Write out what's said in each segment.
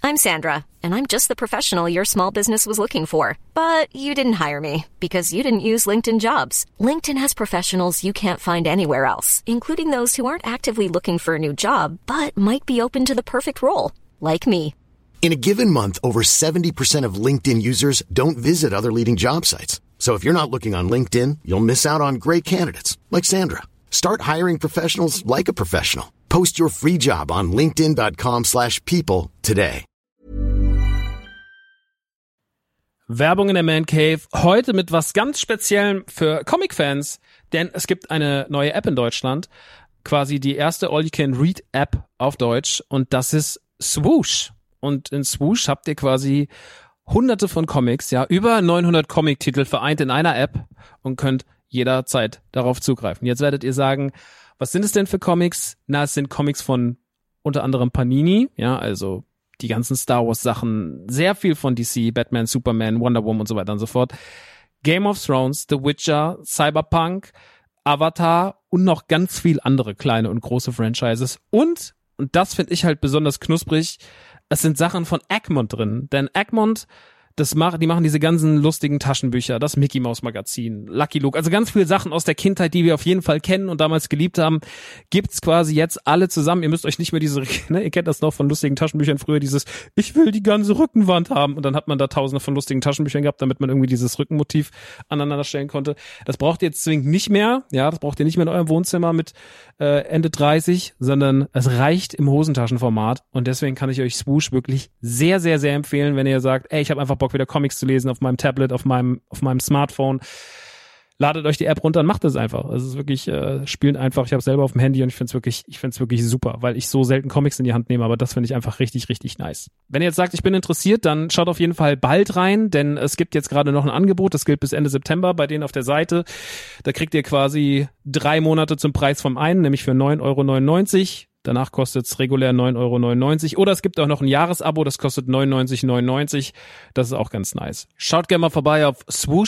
I'm Sandra, and I'm just the professional your small business was looking for. But you didn't hire me because you didn't use LinkedIn Jobs. LinkedIn has professionals you can't find anywhere else, including those who aren't actively looking for a new job, but might be open to the perfect role, like me. In a given month, over 70% of LinkedIn users don't visit other leading job sites. So if you're not looking on LinkedIn, you'll miss out on great candidates like Sandra. Start hiring professionals like a professional. Post your free job on linkedin.com/people today. Werbung in der Man Cave. Heute mit was ganz Speziellem für Comic-Fans, denn es gibt eine neue App in Deutschland. Quasi die erste All-You-Can-Read-App auf Deutsch und das ist Swoosh. Und in Swoosh habt ihr quasi hunderte von Comics, ja, über 900 Comic-Titel vereint in einer App und könnt jederzeit darauf zugreifen. Jetzt werdet ihr sagen, was sind es denn für Comics? Na, es sind Comics von unter anderem Panini, ja, also die ganzen Star Wars Sachen, sehr viel von DC, Batman, Superman, Wonder Woman und so weiter und so fort. Game of Thrones, The Witcher, Cyberpunk, Avatar und noch ganz viel andere kleine und große Franchises. Und das finde ich halt besonders knusprig, es sind Sachen von Egmont drin, denn Egmont, die machen diese ganzen lustigen Taschenbücher, das Mickey Mouse Magazin, Lucky Luke, also ganz viele Sachen aus der Kindheit, die wir auf jeden Fall kennen und damals geliebt haben, gibt's quasi jetzt alle zusammen. Ihr müsst euch nicht mehr ihr kennt das noch von lustigen Taschenbüchern früher, dieses, ich will die ganze Rückenwand haben und dann hat man da tausende von lustigen Taschenbüchern gehabt, damit man irgendwie dieses Rückenmotiv aneinander stellen konnte. Das braucht ihr jetzt zwingend nicht mehr, ja, das braucht ihr nicht mehr in eurem Wohnzimmer mit Ende 30, sondern es reicht im Hosentaschenformat und deswegen kann ich euch Swoosh wirklich sehr, sehr, sehr empfehlen, wenn ihr sagt, ey, ich habe einfach Bock wieder Comics zu lesen auf meinem Tablet, auf meinem Smartphone. Ladet euch die App runter und macht es einfach. Es ist wirklich spielend einfach. Ich habe es selber auf dem Handy und ich finde es wirklich super, weil ich so selten Comics in die Hand nehme, aber das finde ich einfach richtig, richtig nice. Wenn ihr jetzt sagt, ich bin interessiert, dann schaut auf jeden Fall bald rein, denn es gibt jetzt gerade noch ein Angebot, das gilt bis Ende September bei denen auf der Seite. Da kriegt ihr quasi 3 Monate zum Preis vom einen, nämlich für 9,99 €. Danach kostet es regulär 9,99 € oder es gibt auch noch ein Jahresabo, das kostet 99,99 €. Das ist auch ganz nice. Schaut gerne mal vorbei auf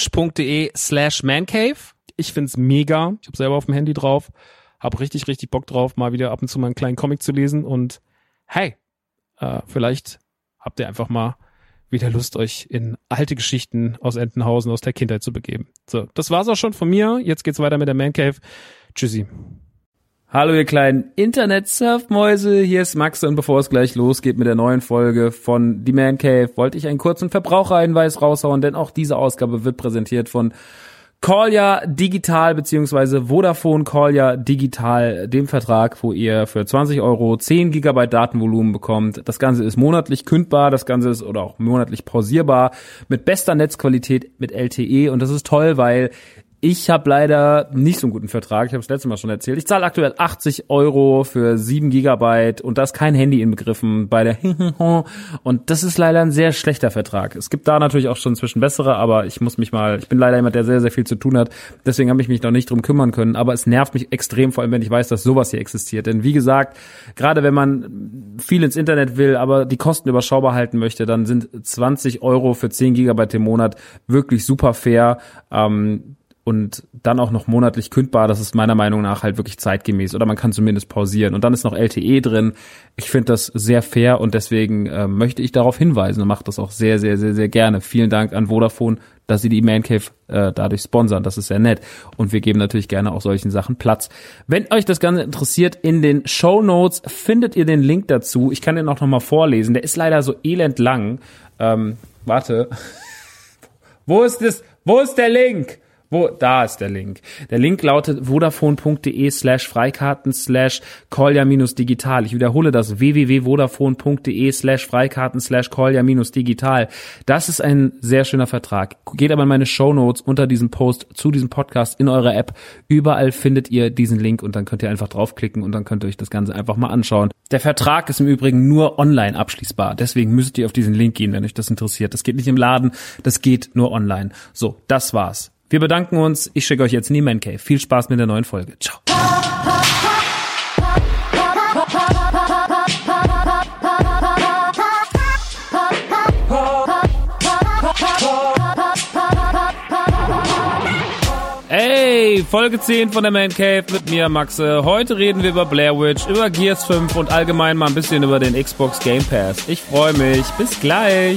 swoosh.de/mancave. Ich find's mega. Ich habe selber auf dem Handy drauf. Hab richtig, richtig Bock drauf, mal wieder ab und zu mal einen kleinen Comic zu lesen und hey, vielleicht habt ihr einfach mal wieder Lust, euch in alte Geschichten aus Entenhausen, aus der Kindheit zu begeben. So, das war's auch schon von mir. Jetzt geht's weiter mit der Man Cave. Tschüssi. Hallo ihr kleinen Internet-Surfmäuse, hier ist Max und bevor es gleich losgeht mit der neuen Folge von Die Man Cave, wollte ich einen kurzen Verbraucherhinweis raushauen, denn auch diese Ausgabe wird präsentiert von Callia Digital bzw. Vodafone Callia Digital, dem Vertrag, wo ihr für 20 € 10 GB Datenvolumen bekommt. Das Ganze ist monatlich kündbar, das Ganze ist oder auch monatlich pausierbar mit bester Netzqualität mit LTE und das ist toll, weil ich habe leider nicht so einen guten Vertrag, ich habe es letztes Mal schon erzählt. Ich zahle aktuell 80 € für 7 GB und da ist kein Handy inbegriffen bei der und das ist leider ein sehr schlechter Vertrag. Es gibt da natürlich auch schon inzwischen bessere, aber ich bin leider jemand, der sehr, sehr viel zu tun hat, deswegen habe ich mich noch nicht drum kümmern können, aber es nervt mich extrem, vor allem wenn ich weiß, dass sowas hier existiert. Denn wie gesagt, gerade wenn man viel ins Internet will, aber die Kosten überschaubar halten möchte, dann sind 20 € für 10 GB im Monat wirklich super fair. Und dann auch noch monatlich kündbar, das ist meiner Meinung nach halt wirklich zeitgemäß. Oder man kann zumindest pausieren. Und dann ist noch LTE drin. Ich finde das sehr fair und deswegen möchte ich darauf hinweisen und mache das auch sehr, sehr, sehr, sehr gerne. Vielen Dank an Vodafone, dass sie die Man Cave dadurch sponsern. Das ist sehr nett. Und wir geben natürlich gerne auch solchen Sachen Platz. Wenn euch das Ganze interessiert, in den Shownotes findet ihr den Link dazu. Ich kann den auch nochmal vorlesen. Der ist leider so elend lang. Warte. Wo ist der Link? Da ist der Link. Der Link lautet vodafone.de/freikarten/callia-digital. Ich wiederhole das, www.vodafone.de/freikarten/callia-digital. Das ist ein sehr schöner Vertrag. Geht aber in meine Shownotes unter diesem Post zu diesem Podcast in eurer App. Überall findet ihr diesen Link und dann könnt ihr einfach draufklicken und dann könnt ihr euch das Ganze einfach mal anschauen. Der Vertrag ist im Übrigen nur online abschließbar. Deswegen müsst ihr auf diesen Link gehen, wenn euch das interessiert. Das geht nicht im Laden, das geht nur online. So, das war's. Wir bedanken uns. Ich schicke euch jetzt in die Man Cave. Viel Spaß mit der neuen Folge. Ciao. Ey, Folge 10 von der Man Cave mit mir, Maxe. Heute reden wir über Blair Witch, über Gears 5 und allgemein mal ein bisschen über den Xbox Game Pass. Ich freue mich. Bis gleich.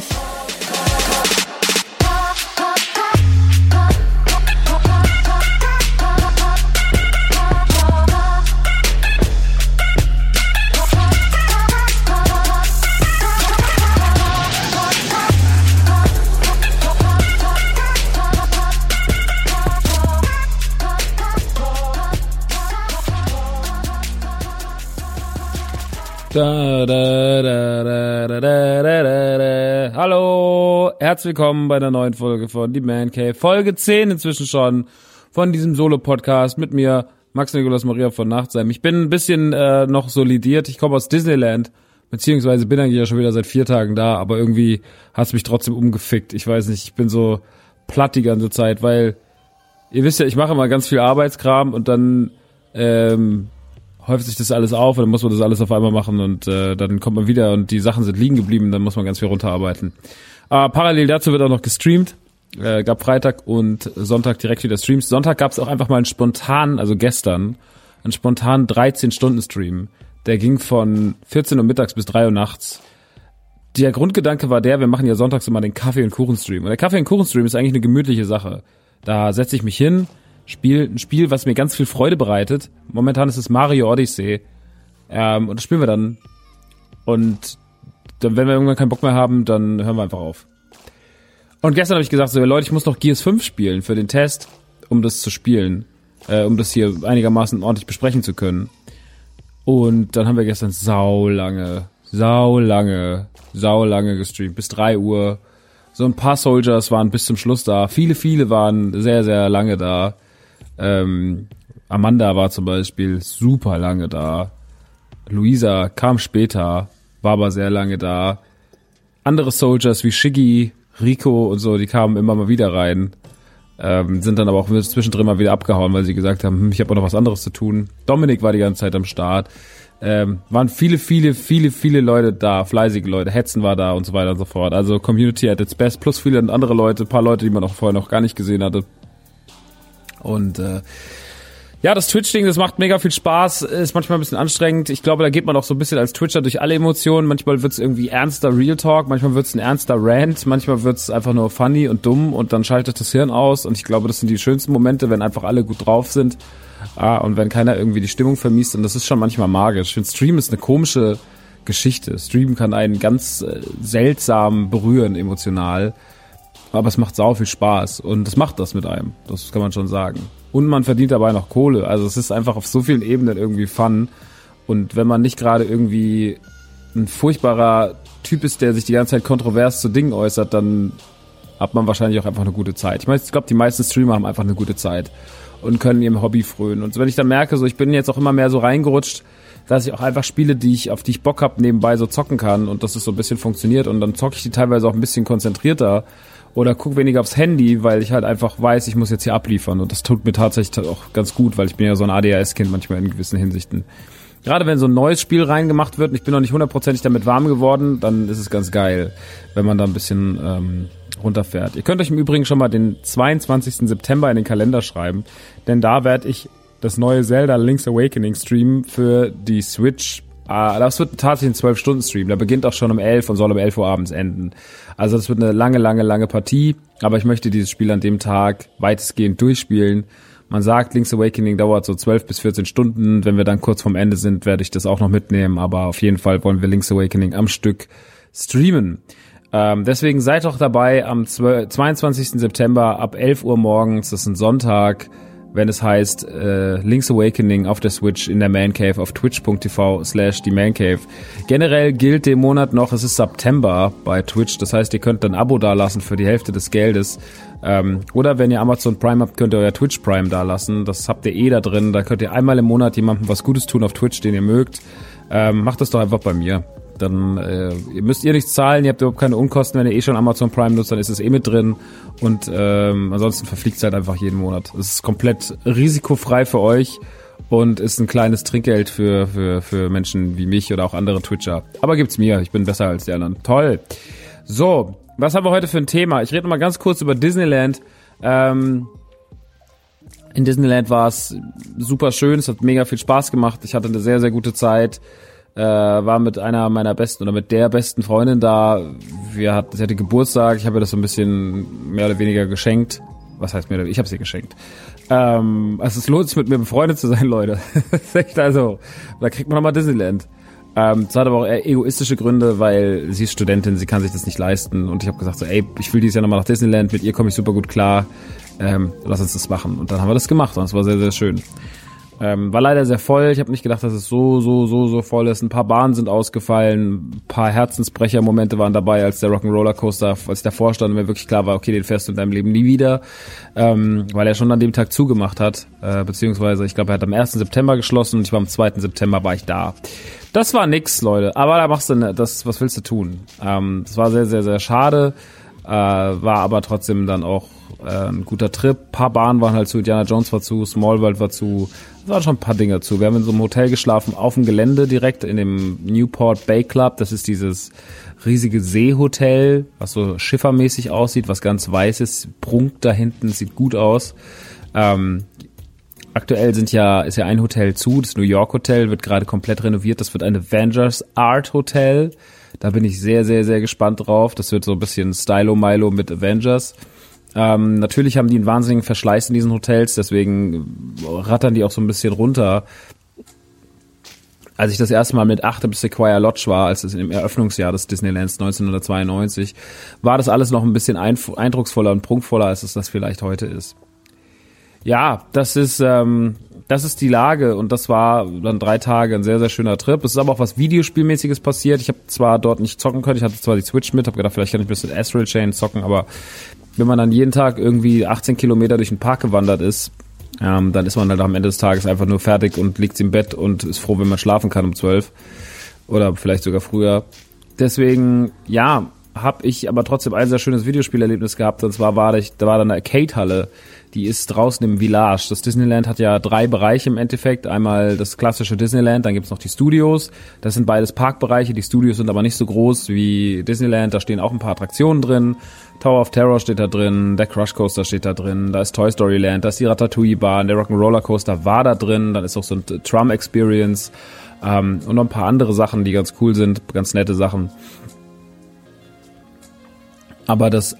Hallo, herzlich willkommen bei einer neuen Folge von Die Man Cave. Folge 10 inzwischen schon von diesem Solo-Podcast mit mir, Max Nikolaus Maria von Nachtsheim. Ich bin ein bisschen noch solidiert, ich komme aus Disneyland, beziehungsweise bin eigentlich ja schon wieder seit 4 Tagen da, aber irgendwie hat's mich trotzdem umgefickt. Ich weiß nicht, ich bin so platt die ganze Zeit, weil ihr wisst ja, ich mache immer ganz viel Arbeitskram und dann häuft sich das alles auf und dann muss man das alles auf einmal machen und dann kommt man wieder und die Sachen sind liegen geblieben, dann muss man ganz viel runterarbeiten. Parallel dazu wird auch noch gestreamt. Gab Freitag und Sonntag direkt wieder Streams. Sonntag gab es auch einfach mal einen spontanen, also gestern, einen spontanen 13-Stunden-Stream. Der ging von 14 Uhr mittags bis 3 Uhr nachts. Der Grundgedanke war wir machen ja sonntags immer den Kaffee- und Kuchen-Stream. Und der Kaffee- und Kuchen-Stream ist eigentlich eine gemütliche Sache. Da setze ich mich hin, spiele ein Spiel, was mir ganz viel Freude bereitet. Momentan ist es Mario Odyssey. Und das spielen wir dann. Und dann, wenn wir irgendwann keinen Bock mehr haben, dann hören wir einfach auf. Und gestern habe ich gesagt, so Leute, ich muss noch Gears 5 spielen für den Test, um das zu spielen. Um das hier einigermaßen ordentlich besprechen zu können. Und dann haben wir gestern saulange gestreamt. Bis 3 Uhr. So ein paar Soldiers waren bis zum Schluss da. Viele waren sehr, sehr lange da. Amanda war zum Beispiel super lange da. Luisa kam später, war aber sehr lange da. Andere Soldiers wie Shiggy, Rico und so, die kamen immer mal wieder rein. Sind dann aber auch zwischendrin mal wieder abgehauen, weil sie gesagt haben, ich habe auch noch was anderes zu tun. Dominik war die ganze Zeit am Start. Waren viele Leute da, fleißige Leute. Hetzen war da und so weiter und so fort. Also Community at its best, plus viele andere Leute, ein paar Leute, die man auch vorher noch gar nicht gesehen hatte. Und ja, das Twitch-Ding, das macht mega viel Spaß, ist manchmal ein bisschen anstrengend. Ich glaube, da geht man auch so ein bisschen als Twitcher durch alle Emotionen. Manchmal wird's irgendwie ernster Real Talk, manchmal wird's ein ernster Rant, manchmal wird's einfach nur funny und dumm und dann schaltet das Hirn aus. Und ich glaube, das sind die schönsten Momente, wenn einfach alle gut drauf sind. Und wenn keiner irgendwie die Stimmung vermiest, und das ist schon manchmal magisch. Ich finde, Stream ist eine komische Geschichte. Stream kann einen ganz seltsam berühren, emotional. Aber es macht sau viel Spaß und es macht das mit einem. Das kann man schon sagen. Und man verdient dabei noch Kohle. Also es ist einfach auf so vielen Ebenen irgendwie Fun. Und wenn man nicht gerade irgendwie ein furchtbarer Typ ist, der sich die ganze Zeit kontrovers zu Dingen äußert, dann hat man wahrscheinlich auch einfach eine gute Zeit. Ich glaube, die meisten Streamer haben einfach eine gute Zeit und können ihrem Hobby frönen. Und wenn ich dann merke, so ich bin jetzt auch immer mehr so reingerutscht, dass ich auch einfach Spiele, auf die ich Bock habe, nebenbei so zocken kann und dass es so ein bisschen funktioniert und dann zocke ich die teilweise auch ein bisschen konzentrierter oder gucke weniger aufs Handy, weil ich halt einfach weiß, ich muss jetzt hier abliefern und das tut mir tatsächlich auch ganz gut, weil ich bin ja so ein ADHS-Kind manchmal in gewissen Hinsichten. Gerade wenn so ein neues Spiel reingemacht wird und ich bin noch nicht 100% damit warm geworden, dann ist es ganz geil, wenn man da ein bisschen runterfährt. Ihr könnt euch im Übrigen schon mal den 22. September in den Kalender schreiben, denn da werde ich das neue Zelda Link's Awakening streamen für die Switch. Das wird tatsächlich ein 12-Stunden-Stream. Der beginnt auch schon um 11 und soll um 11 Uhr abends enden. Also das wird eine lange Partie, aber ich möchte dieses Spiel an dem Tag weitestgehend durchspielen. Man sagt, Link's Awakening dauert so 12 bis 14 Stunden. Wenn wir dann kurz vorm Ende sind, werde ich das auch noch mitnehmen, aber auf jeden Fall wollen wir Link's Awakening am Stück streamen. Deswegen seid doch dabei am 22. September ab 11 Uhr morgens, das ist ein Sonntag, wenn es heißt Link's Awakening auf der Switch in der Man Cave auf twitch.tv/die-Man-Cave. Generell gilt den Monat noch, es ist September bei Twitch, das heißt, ihr könnt ein Abo dalassen für die Hälfte des Geldes. Oder wenn ihr Amazon Prime habt, könnt ihr euer Twitch Prime dalassen. Das habt ihr da drin, da könnt ihr einmal im Monat jemandem was Gutes tun auf Twitch, den ihr mögt. Macht das doch einfach bei mir. Dann müsst ihr nichts zahlen, ihr habt überhaupt keine Unkosten, wenn ihr schon Amazon Prime nutzt, dann ist es mit drin und ansonsten verfliegt es halt einfach jeden Monat. Es ist komplett risikofrei für euch und ist ein kleines Trinkgeld für Menschen wie mich oder auch andere Twitcher. Aber gibt's mir, ich bin besser als die anderen. Toll. So, was haben wir heute für ein Thema? Ich rede mal ganz kurz über Disneyland. In Disneyland war es super schön, es hat mega viel Spaß gemacht. Ich hatte eine sehr, sehr gute Zeit. War mit einer meiner besten oder mit der besten Freundin da. Sie hatte Geburtstag, ich habe ihr das so ein bisschen mehr oder weniger geschenkt. Was heißt mehr oder weniger? Ich habe sie geschenkt. Also es lohnt sich, mit mir befreundet zu sein, Leute. Also, da kriegt man nochmal Disneyland. Das hat aber auch eher egoistische Gründe, weil sie ist Studentin, sie kann sich das nicht leisten. Und ich habe gesagt so, ey, ich will dieses Jahr nochmal nach Disneyland, mit ihr komme ich super gut klar. Lass uns das machen. Und dann haben wir das gemacht und es war sehr, sehr schön. War leider sehr voll. Ich habe nicht gedacht, dass es so voll ist. Ein paar Bahnen sind ausgefallen, ein paar Herzensbrecher-Momente waren dabei, als der Rock'n'Roller Coaster, als ich davor stand und mir wirklich klar war, okay, den fährst du in deinem Leben nie wieder, weil er schon an dem Tag zugemacht hat, beziehungsweise ich glaube, er hat am 1. September geschlossen und ich war am 2. September war ich da. Das war nix, Leute, aber da machst du das, was willst du tun? Das war sehr, sehr, sehr schade, war aber trotzdem dann auch ein guter Trip. Ein paar Bahnen waren halt zu, Indiana Jones war zu, Small World war zu, es waren schon ein paar Dinge zu. Wir haben in so einem Hotel geschlafen, auf dem Gelände direkt in dem Newport Bay Club. Das ist dieses riesige Seehotel, was so schiffermäßig aussieht, was ganz weiß ist, prunkt da hinten, sieht gut aus. Aktuell ist ja ein Hotel zu, das New York Hotel wird gerade komplett renoviert. Das wird ein Avengers Art Hotel. Da bin ich sehr, sehr, sehr gespannt drauf. Das wird so ein bisschen Stylo-Milo mit Avengers. Natürlich haben die einen wahnsinnigen Verschleiß in diesen Hotels, deswegen rattern die auch so ein bisschen runter. Als ich das erste Mal mit 8 im Sequoia Lodge war, als es im Eröffnungsjahr des Disneylands 1992, war das alles noch ein bisschen eindrucksvoller und prunkvoller, als es das vielleicht heute ist. Ja, das ist die Lage und das war dann 3 Tage ein sehr, sehr schöner Trip. Es ist aber auch was Videospielmäßiges passiert. Ich habe zwar dort nicht zocken können, ich hatte zwar die Switch mit, habe gedacht, vielleicht kann ich ein bisschen Astral Chain zocken, aber wenn man dann jeden Tag irgendwie 18 Kilometer durch den Park gewandert ist, dann ist man halt am Ende des Tages einfach nur fertig und liegt im Bett und ist froh, wenn man schlafen kann um 12 oder vielleicht sogar früher. Deswegen, ja, habe ich aber trotzdem ein sehr schönes Videospielerlebnis gehabt, und zwar da war dann eine Arcade-Halle, die ist draußen im Village. Das Disneyland hat ja 3 Bereiche im Endeffekt. Einmal das klassische Disneyland, dann gibt's noch die Studios. Das sind beides Parkbereiche. Die Studios sind aber nicht so groß wie Disneyland. Da stehen auch ein paar Attraktionen drin. Tower of Terror steht da drin, der Crush Coaster steht da drin, da ist Toy Story Land, da ist die Ratatouille-Bahn, der Rock'n'Roller Coaster war da drin, dann ist auch so ein Trum Experience und noch ein paar andere Sachen, die ganz cool sind, ganz nette Sachen. Aber das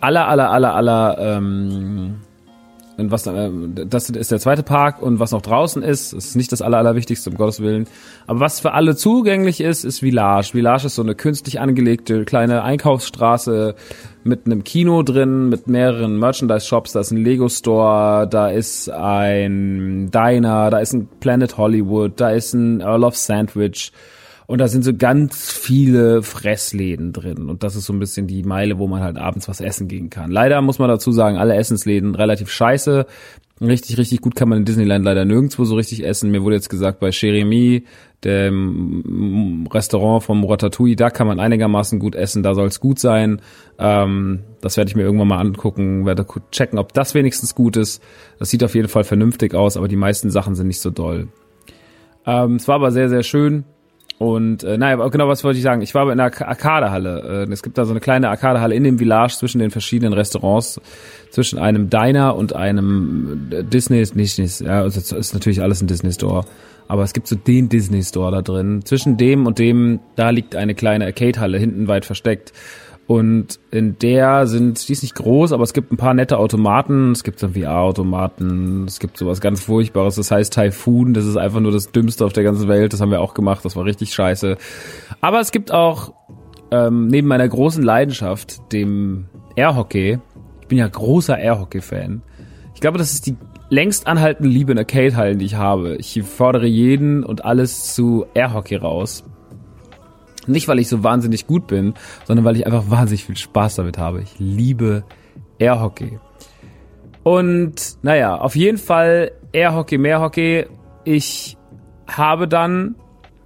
und das ist der zweite Park, und was noch draußen ist nicht das Allerwichtigste, um Gottes Willen. Aber was für alle zugänglich ist Village. Village ist so eine künstlich angelegte kleine Einkaufsstraße mit einem Kino drin, mit mehreren Merchandise-Shops. Da ist ein Lego-Store, da ist ein Diner, da ist ein Planet Hollywood, da ist ein Earl of Sandwich. Und da sind so ganz viele Fressläden drin. Und das ist so ein bisschen die Meile, wo man halt abends was essen gehen kann. Leider muss man dazu sagen, alle Essensläden relativ scheiße. Richtig, richtig gut kann man in Disneyland leider nirgendwo so richtig essen. Mir wurde jetzt gesagt, bei Cher-Ami, dem Restaurant vom Ratatouille, da kann man einigermaßen gut essen. Da soll es gut sein. Das werde ich mir irgendwann mal angucken, werde checken, ob das wenigstens gut ist. Das sieht auf jeden Fall vernünftig aus, aber die meisten Sachen sind nicht so doll. Es war aber sehr, sehr schön. Und genau, was wollte ich sagen? Ich war in einer Arcadehalle. Es gibt da so eine kleine Arcadehalle in dem Village zwischen den verschiedenen Restaurants, zwischen einem Diner und einem Disney, ja, also ist natürlich alles ein Disney Store, aber es gibt so den Disney Store da drin. Zwischen dem und dem, da liegt eine kleine Arcade-Halle hinten weit versteckt. Und in die ist nicht groß, aber es gibt ein paar nette Automaten. Es gibt so VR-Automaten, es gibt sowas ganz Furchtbares, das heißt Typhoon. Das ist einfach nur das Dümmste auf der ganzen Welt. Das haben wir auch gemacht, das war richtig scheiße. Aber es gibt auch, neben meiner großen Leidenschaft, dem Airhockey, ich bin ja großer Airhockey-Fan. Ich glaube, das ist die längst anhaltende Liebe in Arcade-Hallen, die ich habe. Ich fordere jeden und alles zu Airhockey raus. Nicht, weil ich so wahnsinnig gut bin, sondern weil ich einfach wahnsinnig viel Spaß damit habe. Ich liebe Airhockey. Und naja, auf jeden Fall Airhockey, Meerhockey. Ich habe dann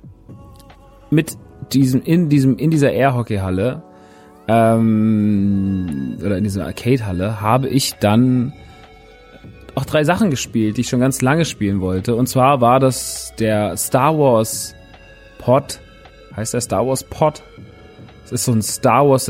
in dieser Airhockey-Halle oder in dieser Arcade-Halle habe ich dann auch 3 Sachen gespielt, die ich schon ganz lange spielen wollte. Und zwar war das der Star Wars Pod. Heißt der Star Wars Pod? Es ist so ein Star Wars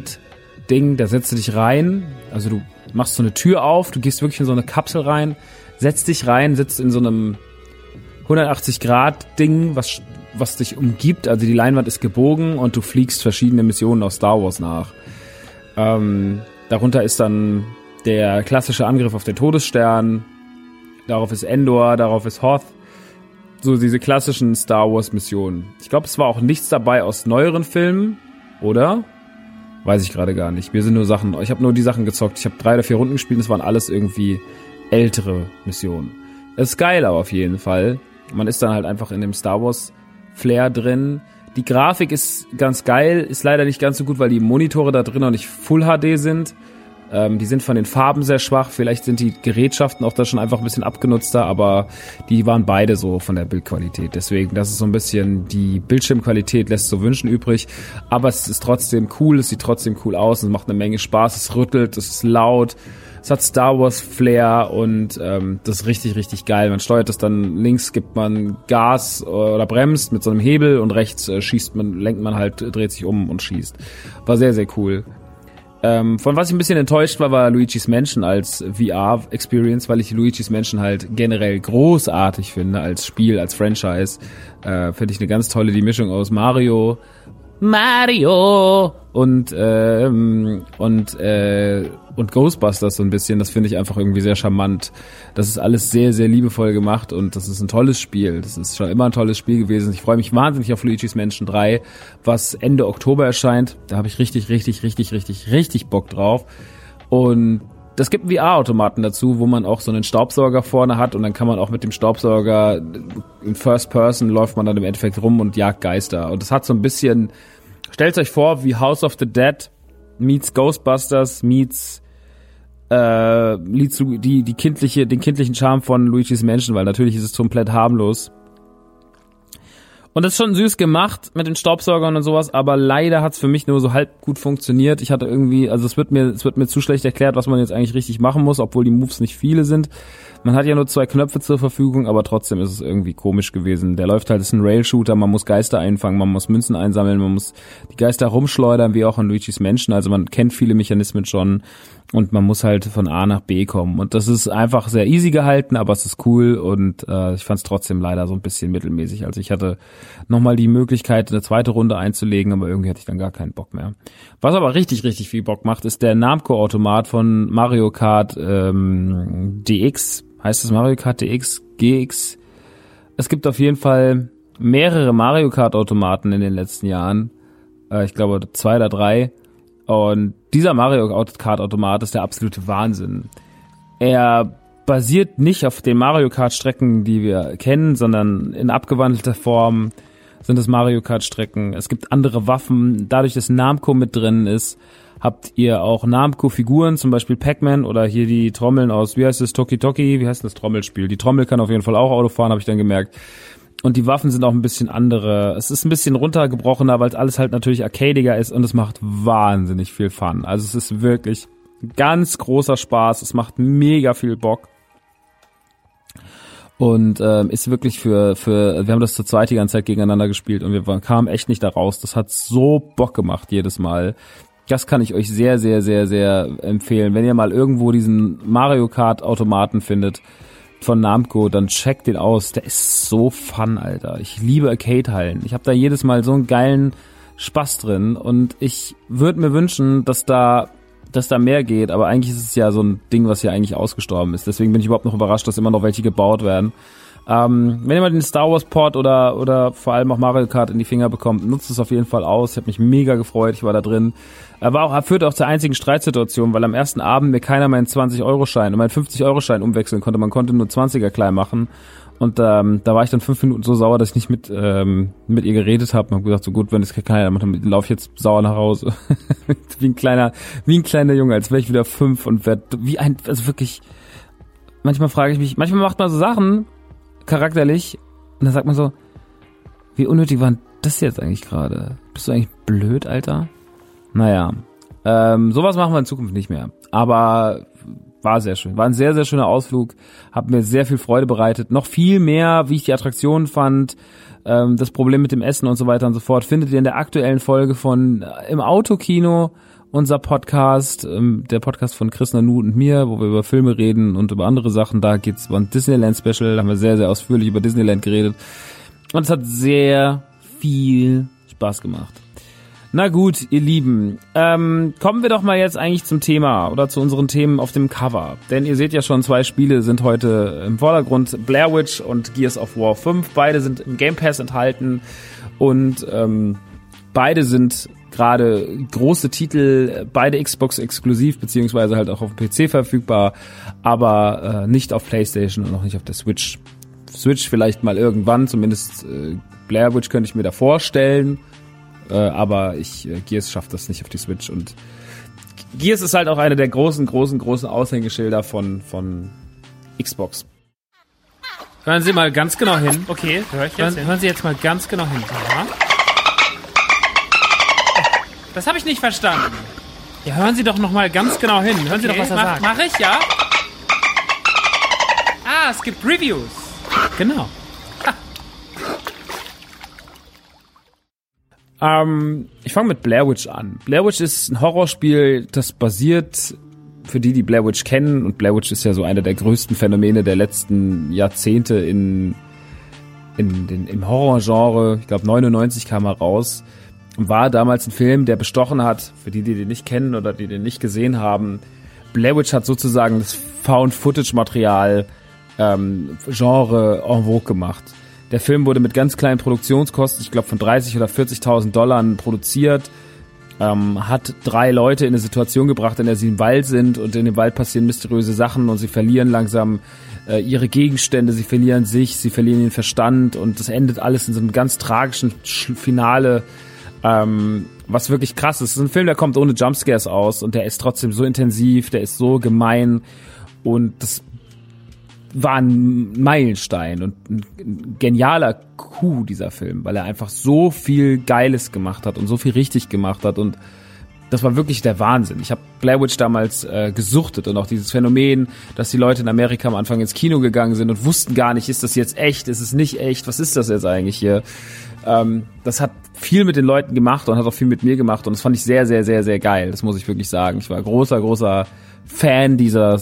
Arcade Ding, da setzt du dich rein, also du machst so eine Tür auf, du gehst wirklich in so eine Kapsel rein, setzt dich rein, sitzt in so einem 180-Grad-Ding, was dich umgibt. Also die Leinwand ist gebogen und du fliegst verschiedene Missionen aus Star Wars nach. Darunter ist dann der klassische Angriff auf den Todesstern, darauf ist Endor, darauf ist Hoth. So diese klassischen Star Wars Missionen. Ich glaube, es war auch nichts dabei aus neueren Filmen, oder? Weiß ich gerade gar nicht. Mir sind nur Sachen, ich habe nur die Sachen gezockt. Ich habe 3 oder 4 Runden gespielt, das waren alles irgendwie ältere Missionen. Es ist geil, aber auf jeden Fall. Man ist dann halt einfach in dem Star Wars Flair drin. Die Grafik ist ganz geil, ist leider nicht ganz so gut, weil die Monitore da drin noch nicht Full HD sind. Die sind von den Farben sehr schwach, vielleicht sind die Gerätschaften auch da schon einfach ein bisschen abgenutzter, aber die waren beide so von der Bildqualität. Deswegen, das ist so ein bisschen, die Bildschirmqualität lässt so wünschen übrig, aber es ist trotzdem cool, es sieht trotzdem cool aus, es macht eine Menge Spaß, es rüttelt, es ist laut, es hat Star Wars Flair und das ist richtig, richtig geil. Man steuert das dann, links gibt man Gas oder bremst mit so einem Hebel und rechts lenkt man halt, dreht sich um und schießt. War sehr, sehr cool. Von was ich ein bisschen enttäuscht war Luigi's Mansion als VR-Experience, weil ich Luigi's Mansion halt generell großartig finde als Spiel, als Franchise. Finde ich eine ganz tolle, die Mischung aus Mario und Ghostbusters so ein bisschen. Das finde ich einfach irgendwie sehr charmant. Das ist alles sehr, sehr liebevoll gemacht und das ist ein tolles Spiel. Das ist schon immer ein tolles Spiel gewesen. Ich freue mich wahnsinnig auf Luigi's Mansion 3, was Ende Oktober erscheint. Da habe ich richtig Bock drauf. Und das gibt einen VR-Automaten dazu, wo man auch so einen Staubsauger vorne hat und dann kann man auch mit dem Staubsauger in First Person läuft man dann im Endeffekt rum und jagt Geister. Und das hat so ein bisschen, stellt euch vor, wie House of the Dead meets Ghostbusters meets den kindlichen Charme von Luigi's Mansion, weil natürlich ist es komplett harmlos. Und das ist schon süß gemacht mit den Staubsaugern und sowas, aber leider hat's für mich nur so halb gut funktioniert. Ich hatte irgendwie, also es wird mir zu schlecht erklärt, was man jetzt eigentlich richtig machen muss, obwohl die Moves nicht viele sind. Man hat ja nur 2 Knöpfe zur Verfügung, aber trotzdem ist es irgendwie komisch gewesen. Der läuft halt, ist ein Rail-Shooter, man muss Geister einfangen, man muss Münzen einsammeln, man muss die Geister rumschleudern, wie auch in Luigi's Mansion. Also man kennt viele Mechanismen schon und man muss halt von A nach B kommen. Und das ist einfach sehr easy gehalten, aber es ist cool und ich fand es trotzdem leider so ein bisschen mittelmäßig. Also ich hatte nochmal die Möglichkeit, eine zweite Runde einzulegen, aber irgendwie hatte ich dann gar keinen Bock mehr. Was aber richtig viel Bock macht, ist der Namco-Automat von Mario Kart DX. Heißt es Mario Kart DX, GX? Es gibt auf jeden Fall mehrere Mario Kart Automaten in den letzten Jahren. Ich glaube 2 oder 3. Und dieser Mario Kart Automat ist der absolute Wahnsinn. Er basiert nicht auf den Mario Kart Strecken, die wir kennen, sondern in abgewandelter Form sind es Mario Kart Strecken. Es gibt andere Waffen. Dadurch, dass Namco mit drin ist, habt ihr auch Namco-Figuren, zum Beispiel Pac-Man oder hier die Trommeln aus, wie heißt das, Toki Toki, wie heißt das Trommelspiel? Die Trommel kann auf jeden Fall auch Auto fahren, habe ich dann gemerkt. Und die Waffen sind auch ein bisschen andere. Es ist ein bisschen runtergebrochener, weil es alles halt natürlich arcadiger ist und es macht wahnsinnig viel Fun. Also es ist wirklich ganz großer Spaß, es macht mega viel Bock. Und ist wirklich wir haben das zu zweit die ganze Zeit gegeneinander gespielt und wir kamen echt nicht da raus. Das hat so Bock gemacht jedes Mal. Das kann ich euch sehr empfehlen. Wenn ihr mal irgendwo diesen Mario Kart Automaten findet von Namco, dann checkt den aus. Der ist so fun, Alter. Ich liebe Arcade-Hallen. Ich habe da jedes Mal so einen geilen Spaß drin und ich würde mir wünschen, dass da mehr geht, aber eigentlich ist es ja so ein Ding, was ja eigentlich ausgestorben ist. Deswegen bin ich überhaupt noch überrascht, dass immer noch welche gebaut werden. Wenn ihr mal den Star Wars Port oder vor allem auch Mario Kart in die Finger bekommt, nutzt es auf jeden Fall aus. Ich habe mich mega gefreut, ich war da drin. Führte auch zur einzigen Streitsituation, weil am ersten Abend mir keiner meinen 20-Euro-Schein und meinen 50-Euro-Schein umwechseln konnte. Man konnte nur 20er klein machen. Und da war ich dann 5 Minuten so sauer, dass ich nicht mit ihr geredet habe. Und habe gesagt, so gut, wenn es keiner macht, dann laufe ich jetzt sauer nach Hause. wie ein kleiner Junge, als wäre ich wieder 5 und also wirklich, manchmal frage ich mich, manchmal macht man so Sachen charakterlich und dann sagt man so, wie unnötig war das jetzt eigentlich gerade? Bist du eigentlich blöd, Alter? Naja, sowas machen wir in Zukunft nicht mehr. Aber war sehr schön. War ein sehr, sehr schöner Ausflug. Hat mir sehr viel Freude bereitet. Noch viel mehr, wie ich die Attraktion fand, das Problem mit dem Essen und so weiter und so fort, findet ihr in der aktuellen Folge von Im Autokino, unser Podcast, der Podcast von Chris Nanu und mir, wo wir über Filme reden und über andere Sachen. Da geht's um ein Disneyland-Special, da haben wir sehr, sehr ausführlich über Disneyland geredet. Und es hat sehr viel Spaß gemacht. Na gut, ihr Lieben, kommen wir doch mal jetzt eigentlich zum Thema oder zu unseren Themen auf dem Cover. Denn ihr seht ja schon, 2 Spiele sind heute im Vordergrund, Blair Witch und Gears of War 5. Beide sind im Game Pass enthalten und beide sind gerade große Titel, beide Xbox exklusiv, beziehungsweise halt auch auf dem PC verfügbar, aber nicht auf PlayStation und auch nicht auf der Switch. Switch vielleicht mal irgendwann, zumindest Blair Witch könnte ich mir da vorstellen. Aber Gears schafft das nicht auf die Switch und Gears ist halt auch eine der großen Aushängeschilder von Xbox. Hören Sie mal ganz genau hin. Okay, Hören Sie jetzt mal ganz genau hin. Aha. Das habe ich nicht verstanden. Ja, hören Sie doch noch mal ganz genau hin. Hören Sie doch, was er sagt. Mach ich, ja? Ah, es gibt Reviews. Genau. Ich fange mit Blair Witch an. Blair Witch ist ein Horrorspiel, das basiert, für die Blair Witch kennen, und Blair Witch ist ja so einer der größten Phänomene der letzten Jahrzehnte im Horrorgenre. Ich glaube 99 kam er raus und war damals ein Film, der bestochen hat, für die den nicht kennen oder die den nicht gesehen haben. Blair Witch hat sozusagen das Found-Footage-Material Genre en vogue gemacht. Der Film wurde mit ganz kleinen Produktionskosten, ich glaube von 30 oder 40.000 $ produziert, hat 3 Leute in eine Situation gebracht, in der sie im Wald sind und in dem Wald passieren mysteriöse Sachen und sie verlieren langsam ihre Gegenstände, sie verlieren sich, sie verlieren den Verstand und das endet alles in so einem ganz tragischen Finale, was wirklich krass ist. Es ist ein Film, der kommt ohne Jumpscares aus und der ist trotzdem so intensiv, der ist so gemein und das war ein Meilenstein und ein genialer Coup, dieser Film, weil er einfach so viel Geiles gemacht hat und so viel richtig gemacht hat und das war wirklich der Wahnsinn. Ich habe Blair Witch damals gesuchtet und auch dieses Phänomen, dass die Leute in Amerika am Anfang ins Kino gegangen sind und wussten gar nicht, ist das jetzt echt, ist es nicht echt, was ist das jetzt eigentlich hier? Das hat viel mit den Leuten gemacht und hat auch viel mit mir gemacht und das fand ich sehr, sehr, sehr, sehr geil, das muss ich wirklich sagen. Ich war großer Fan dieser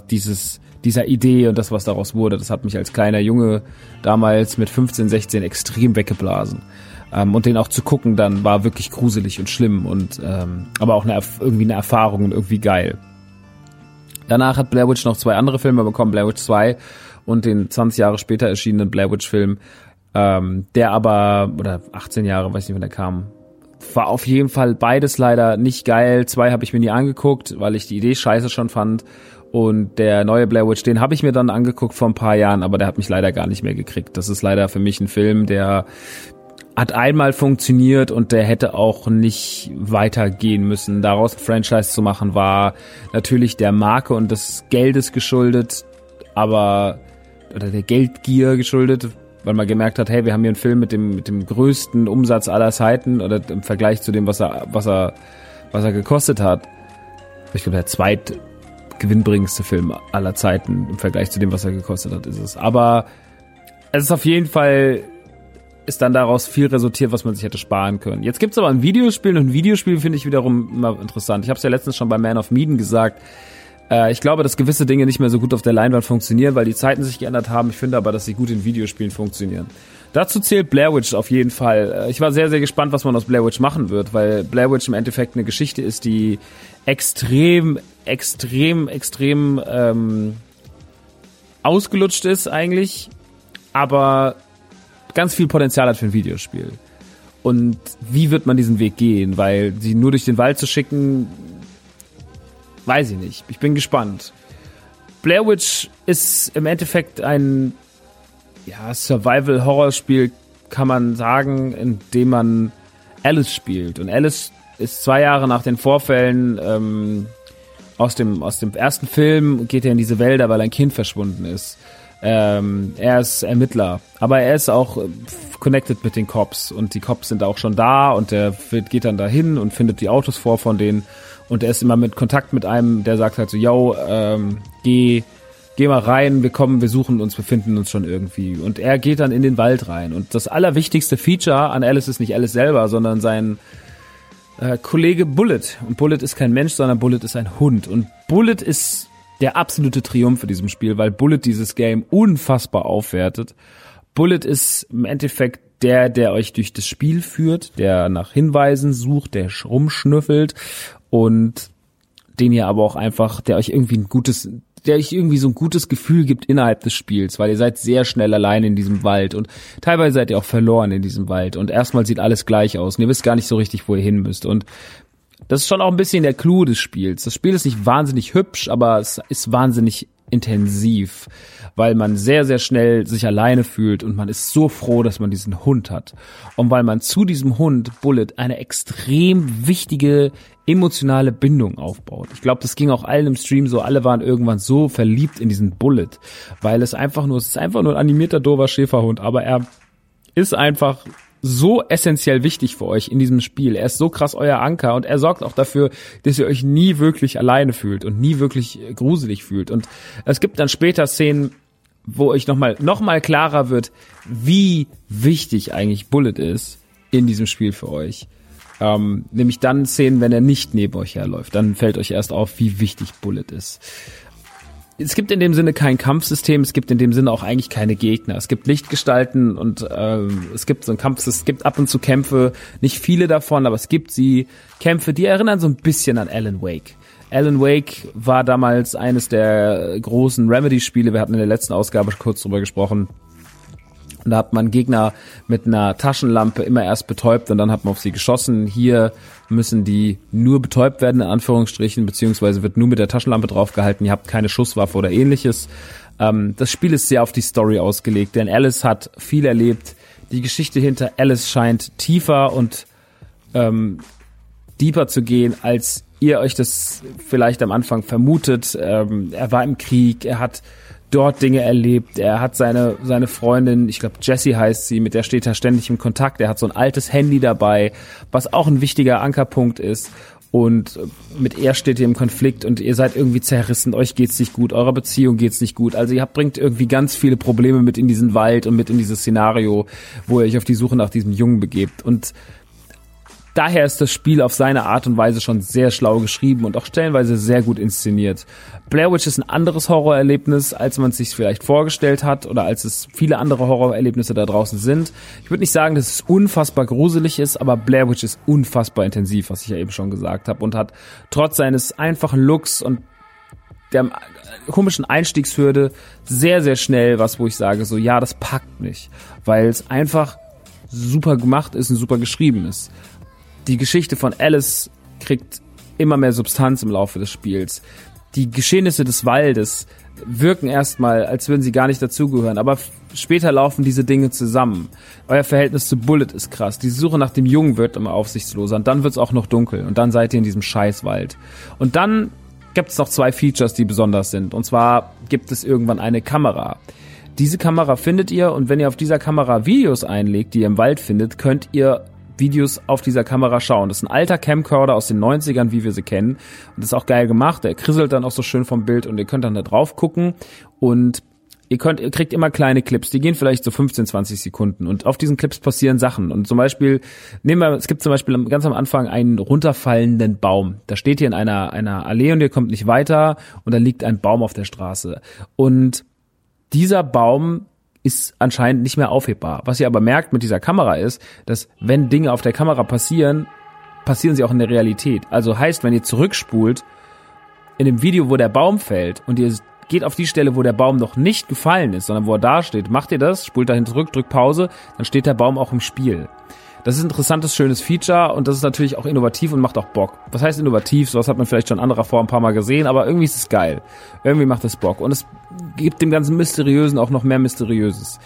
Idee und das, was daraus wurde. Das hat mich als kleiner Junge damals mit 15, 16 extrem weggeblasen. Und den auch zu gucken dann war wirklich gruselig und schlimm und aber auch irgendwie eine Erfahrung und irgendwie geil. Danach hat Blair Witch noch 2 andere Filme bekommen, Blair Witch 2 und den 20 Jahre später erschienenen Blair Witch Film, der aber, oder 18 Jahre, weiß nicht, wann der kam, war auf jeden Fall beides leider nicht geil. 2 habe ich mir nie angeguckt, weil ich die Idee scheiße schon fand. Und der neue Blair Witch, den habe ich mir dann angeguckt vor ein paar Jahren, aber der hat mich leider gar nicht mehr gekriegt. Das ist leider für mich ein Film, der hat einmal funktioniert und der hätte auch nicht weitergehen müssen. Daraus ein Franchise zu machen, war natürlich der Marke und des Geldes geschuldet, oder der Geldgier geschuldet, weil man gemerkt hat, hey, wir haben hier einen Film mit dem größten Umsatz aller Zeiten oder im Vergleich zu dem, was er gekostet hat. Ich glaube, der zweitgewinnbringendste Film aller Zeiten im Vergleich zu dem, was er gekostet hat, ist es. Aber es ist auf jeden Fall, ist dann daraus viel resultiert, was man sich hätte sparen können. Jetzt gibt's aber ein Videospiel und ein Videospiel finde ich wiederum immer interessant. Ich habe es ja letztens schon bei Man of Medan gesagt. Ich glaube, dass gewisse Dinge nicht mehr so gut auf der Leinwand funktionieren, weil die Zeiten sich geändert haben. Ich finde aber, dass sie gut in Videospielen funktionieren. Dazu zählt Blair Witch auf jeden Fall. Ich war sehr, sehr gespannt, was man aus Blair Witch machen wird, weil Blair Witch im Endeffekt eine Geschichte ist, die extrem ausgelutscht ist eigentlich, aber ganz viel Potenzial hat für ein Videospiel. Und wie wird man diesen Weg gehen? Weil sie nur durch den Wald zu schicken, weiß ich nicht. Ich bin gespannt. Blair Witch ist im Endeffekt ein Survival-Horror-Spiel, kann man sagen, in dem man Alice spielt. Und Alice ist 2 Jahre nach den Vorfällen aus dem ersten Film, geht er in diese Wälder, weil ein Kind verschwunden ist. Er ist Ermittler, aber er ist auch connected mit den Cops und die Cops sind auch schon da und er geht dann dahin und findet die Autos vor von denen und er ist immer mit Kontakt mit einem, der sagt halt so, yo, geh mal rein, wir suchen uns, wir finden uns schon irgendwie. Und er geht dann in den Wald rein. Und das allerwichtigste Feature an Alice ist nicht Alice selber, sondern sein Kollege Bullet. Und Bullet ist kein Mensch, sondern Bullet ist ein Hund. Und Bullet ist der absolute Triumph in diesem Spiel, weil Bullet dieses Game unfassbar aufwertet. Bullet ist im Endeffekt der euch durch das Spiel führt, der nach Hinweisen sucht, der rumschnüffelt und den ihr aber auch einfach, der euch irgendwie so ein gutes Gefühl gibt innerhalb des Spiels, weil ihr seid sehr schnell allein in diesem Wald und teilweise seid ihr auch verloren in diesem Wald und erstmal sieht alles gleich aus und ihr wisst gar nicht so richtig, wo ihr hin müsst und das ist schon auch ein bisschen der Clou des Spiels. Das Spiel ist nicht wahnsinnig hübsch, aber es ist wahnsinnig intensiv, weil man sehr, sehr schnell sich alleine fühlt und man ist so froh, dass man diesen Hund hat. Und weil man zu diesem Hund, Bullet, eine extrem wichtige emotionale Bindung aufbaut. Ich glaube, das ging auch allen im Stream so, alle waren irgendwann so verliebt in diesen Bullet, weil es ist einfach nur ein animierter, doofer Schäferhund, aber er ist einfach so essentiell wichtig für euch in diesem Spiel. Er ist so krass euer Anker und er sorgt auch dafür, dass ihr euch nie wirklich alleine fühlt und nie wirklich gruselig fühlt. Und es gibt dann später Szenen, wo euch noch mal klarer wird, wie wichtig eigentlich Bullet ist in diesem Spiel für euch. Nämlich dann Szenen, wenn er nicht neben euch herläuft. Dann fällt euch erst auf, wie wichtig Bullet ist. Es gibt in dem Sinne kein Kampfsystem, es gibt in dem Sinne auch eigentlich keine Gegner. Es gibt Lichtgestalten und es gibt so ein es gibt ab und zu Kämpfe, nicht viele davon, aber es gibt Kämpfe, die erinnern so ein bisschen an Alan Wake. Alan Wake war damals eines der großen Remedy-Spiele, wir hatten in der letzten Ausgabe kurz drüber gesprochen. Und da hat man Gegner mit einer Taschenlampe immer erst betäubt und dann hat man auf sie geschossen. Hier müssen die nur betäubt werden, in Anführungsstrichen, beziehungsweise wird nur mit der Taschenlampe draufgehalten. Ihr habt keine Schusswaffe oder ähnliches. Das Spiel ist sehr auf die Story ausgelegt, denn Alice hat viel erlebt. Die Geschichte hinter Alice scheint tiefer und deeper zu gehen, als ihr euch das vielleicht am Anfang vermutet. Er war im Krieg, er hat dort Dinge erlebt, er hat seine Freundin, ich glaube Jessie heißt sie, mit der steht er ständig im Kontakt, er hat so ein altes Handy dabei, was auch ein wichtiger Ankerpunkt ist und mit ihr steht ihr im Konflikt und ihr seid irgendwie zerrissen, euch geht's nicht gut, eurer Beziehung geht's nicht gut, also ihr bringt irgendwie ganz viele Probleme mit in diesen Wald und mit in dieses Szenario, wo ihr euch auf die Suche nach diesem Jungen begebt und daher ist das Spiel auf seine Art und Weise schon sehr schlau geschrieben und auch stellenweise sehr gut inszeniert. Blair Witch ist ein anderes Horrorerlebnis, als man es sich vielleicht vorgestellt hat oder als es viele andere Horrorerlebnisse da draußen sind. Ich würde nicht sagen, dass es unfassbar gruselig ist, aber Blair Witch ist unfassbar intensiv, was ich ja eben schon gesagt habe und hat trotz seines einfachen Looks und der komischen Einstiegshürde sehr, sehr schnell was, wo ich sage so, ja, das packt mich, weil es einfach super gemacht ist und super geschrieben ist. Die Geschichte von Alice kriegt immer mehr Substanz im Laufe des Spiels. Die Geschehnisse des Waldes wirken erstmal, als würden sie gar nicht dazugehören, aber später laufen diese Dinge zusammen. Euer Verhältnis zu Bullet ist krass. Die Suche nach dem Jungen wird immer aufsichtsloser und dann wird's auch noch dunkel und dann seid ihr in diesem Scheißwald. Und dann gibt's noch 2 Features, die besonders sind. Und zwar gibt es irgendwann eine Kamera. Diese Kamera findet ihr und wenn ihr auf dieser Kamera Videos einlegt, die ihr im Wald findet, könnt ihr Videos auf dieser Kamera schauen. Das ist ein alter Camcorder aus den 90ern, wie wir sie kennen. Und das ist auch geil gemacht. Der krisselt dann auch so schön vom Bild und ihr könnt dann da drauf gucken und ihr kriegt immer kleine Clips. Die gehen vielleicht so 15, 20 Sekunden und auf diesen Clips passieren Sachen. Und zum Beispiel, es gibt zum Beispiel ganz am Anfang einen runterfallenden Baum. Da steht ihr in einer Allee und ihr kommt nicht weiter und da liegt ein Baum auf der Straße. Und dieser Baum ist anscheinend nicht mehr aufhebbar. Was ihr aber merkt mit dieser Kamera ist, dass wenn Dinge auf der Kamera passieren sie auch in der Realität. Also heißt, wenn ihr zurückspult in dem Video, wo der Baum fällt und ihr geht auf die Stelle, wo der Baum noch nicht gefallen ist, sondern wo er da steht, macht ihr das, spult dahin zurück, drückt Pause, dann steht der Baum auch im Spiel. Das ist ein interessantes, schönes Feature und das ist natürlich auch innovativ und macht auch Bock. Was heißt innovativ? Sowas hat man vielleicht schon in anderer Form ein paar Mal gesehen, aber irgendwie ist es geil. Irgendwie macht es Bock und es gibt dem ganzen Mysteriösen auch noch mehr Mysteriöses.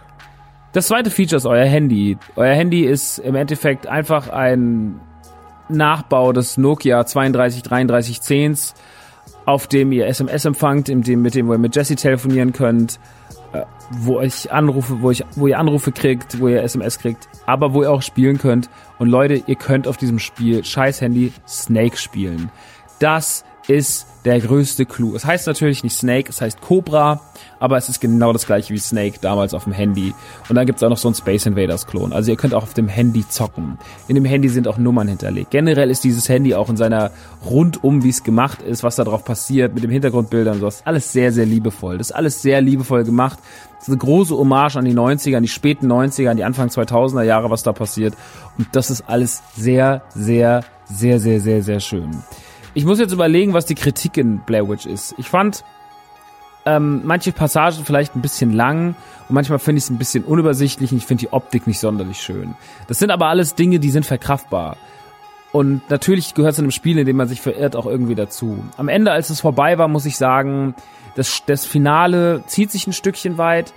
Das zweite Feature ist euer Handy. Euer Handy ist im Endeffekt einfach ein Nachbau des Nokia 323310s auf dem ihr SMS empfangt, mit dem wo ihr mit Jesse telefonieren könnt, wo ihr Anrufe kriegt, wo ihr SMS kriegt, aber wo ihr auch spielen könnt. Und Leute, ihr könnt auf diesem Spiel, scheiß Handy, Snake spielen. Das ist der größte Clou. Es heißt natürlich nicht Snake, es heißt Cobra, aber es ist genau das gleiche wie Snake damals auf dem Handy. Und dann gibt's auch noch so einen Space Invaders Klon. Also ihr könnt auch auf dem Handy zocken. In dem Handy sind auch Nummern hinterlegt. Generell ist dieses Handy auch in seiner rundum, wie es gemacht ist, was da drauf passiert, mit dem Hintergrundbildern und sowas, alles sehr, sehr liebevoll. Das ist alles sehr liebevoll gemacht. Das ist eine große Hommage an die 90er, an die späten 90er, an die Anfang 2000er Jahre, was da passiert. Und das ist alles sehr, sehr, sehr, sehr, sehr, sehr schön. Ich muss jetzt überlegen, was die Kritik in Blair Witch ist. Ich fand manche Passagen vielleicht ein bisschen lang und manchmal finde ich es ein bisschen unübersichtlich und ich finde die Optik nicht sonderlich schön. Das sind aber alles Dinge, die sind verkraftbar. Und natürlich gehört es in einem Spiel, in dem man sich verirrt, auch irgendwie dazu. Am Ende, als es vorbei war, muss ich sagen, das Finale zieht sich ein Stückchen weit,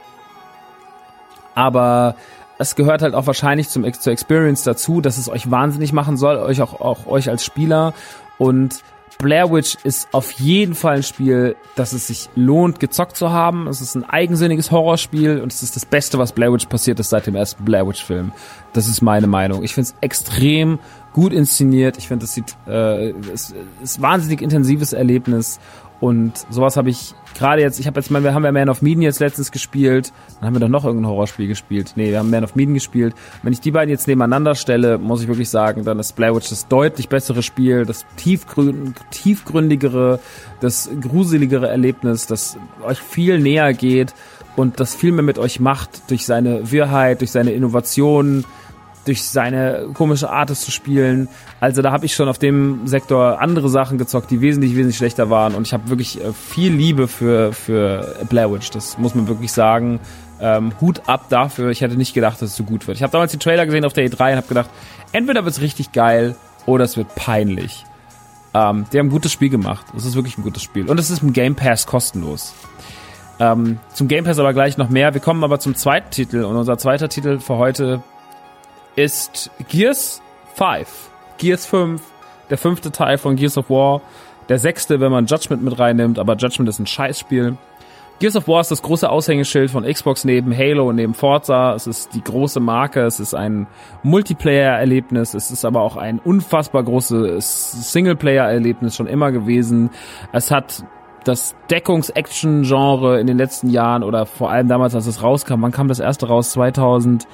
aber es gehört halt auch wahrscheinlich zur Experience dazu, dass es euch wahnsinnig machen soll, auch euch als Spieler. Und Blair Witch ist auf jeden Fall ein Spiel, dass es sich lohnt, gezockt zu haben. Es ist ein eigensinniges Horrorspiel und es ist das Beste, was Blair Witch passiert ist seit dem ersten Blair Witch Film. Das ist meine Meinung. Ich finde es extrem gut inszeniert. Ich finde, es ist ein wahnsinnig intensives Erlebnis. Und sowas habe ich gerade jetzt, wir haben ja Man of Medan jetzt letztens gespielt, dann haben wir doch noch irgendein Horrorspiel gespielt. Nee, wir haben Man of Medan gespielt. Wenn ich die beiden jetzt nebeneinander stelle, muss ich wirklich sagen, dann ist Blair Witch das deutlich bessere Spiel, das tiefgründigere, das gruseligere Erlebnis, das euch viel näher geht und das viel mehr mit euch macht durch seine Wirrheit, durch seine Innovationen, durch seine komische Art, es zu spielen. Also da habe ich schon auf dem Sektor andere Sachen gezockt, die wesentlich, wesentlich schlechter waren. Und ich habe wirklich viel Liebe für Blair Witch. Das muss man wirklich sagen. Hut ab dafür. Ich hätte nicht gedacht, dass es so gut wird. Ich habe damals die Trailer gesehen auf der E3 und habe gedacht, entweder wird es richtig geil oder es wird peinlich. Die haben ein gutes Spiel gemacht. Es ist wirklich ein gutes Spiel. Und es ist im Game Pass kostenlos. Zum Game Pass aber gleich noch mehr. Wir kommen aber zum zweiten Titel. Und unser zweiter Titel für heute ist Gears 5. Gears 5, der 5. Teil von Gears of War. Der 6., wenn man Judgment mit reinnimmt, aber Judgment ist ein Scheißspiel. Gears of War ist das große Aushängeschild von Xbox neben Halo und neben Forza. Es ist die große Marke, es ist ein Multiplayer-Erlebnis, es ist aber auch ein unfassbar großes Singleplayer-Erlebnis schon immer gewesen. Es hat das Deckungs-Action-Genre in den letzten Jahren oder vor allem damals, als es rauskam, wann kam das erste raus? 2007?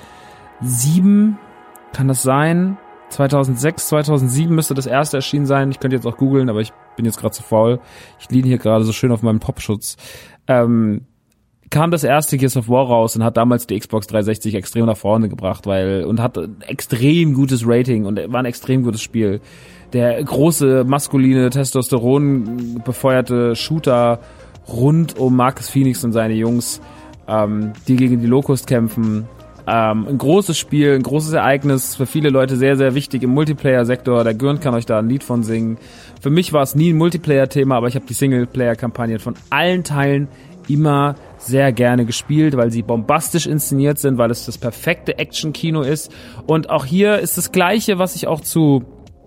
Kann das sein? 2006, 2007 müsste das erste erschienen sein. Ich könnte jetzt auch googeln, aber ich bin jetzt gerade zu faul. Ich liege hier gerade so schön auf meinem Popschutz. Kam das erste Gears of War raus und hat damals die Xbox 360 extrem nach vorne gebracht, und hat extrem gutes Rating und war ein extrem gutes Spiel. Der große, maskuline, Testosteron befeuerte Shooter rund um Marcus Phoenix und seine Jungs, die gegen die Locust kämpfen. Ein großes Spiel, ein großes Ereignis, für viele Leute sehr, sehr wichtig im Multiplayer-Sektor. Der Gürnt kann euch da ein Lied von singen. Für mich war es nie ein Multiplayer-Thema, aber ich habe die Singleplayer-Kampagnen von allen Teilen immer sehr gerne gespielt, weil sie bombastisch inszeniert sind, weil es das perfekte Action-Kino ist. Und auch hier ist das Gleiche, was ich auch zu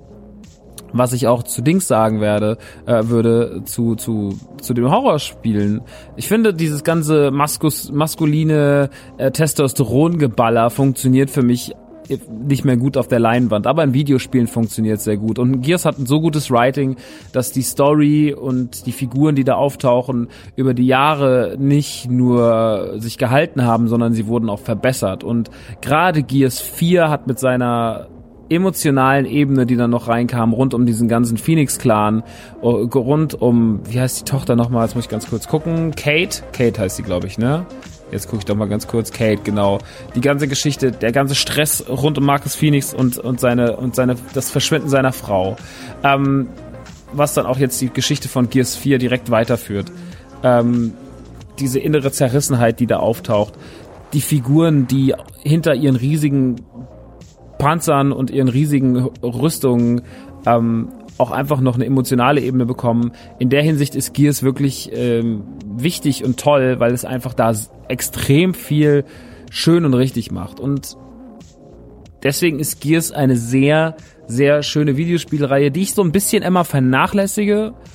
Dings sagen würde, zu den Horrorspielen. Ich finde, dieses ganze maskuline Testosterongeballer funktioniert für mich nicht mehr gut auf der Leinwand, aber in Videospielen funktioniert es sehr gut. Und Gears hat ein so gutes Writing, dass die Story und die Figuren, die da auftauchen, über die Jahre nicht nur sich gehalten haben, sondern sie wurden auch verbessert. Und gerade Gears 4 hat mit seiner emotionalen Ebene, die dann noch reinkam, rund um diesen ganzen Phoenix-Clan, rund um, wie heißt die Tochter nochmal, jetzt muss ich ganz kurz gucken, Kate heißt sie, glaube ich, ne? Jetzt gucke ich doch mal ganz kurz, Kate, genau. Die ganze Geschichte, der ganze Stress rund um Marcus Phoenix und das Verschwinden seiner Frau, was dann auch jetzt die Geschichte von Gears 4 direkt weiterführt. Diese innere Zerrissenheit, die da auftaucht, die Figuren, die hinter ihren riesigen Panzern und ihren riesigen Rüstungen auch einfach noch eine emotionale Ebene bekommen. In der Hinsicht ist Gears wirklich wichtig und toll, weil es einfach da extrem viel schön und richtig macht. Und deswegen ist Gears eine sehr, sehr schöne Videospielreihe, die ich so ein bisschen immer vernachlässige,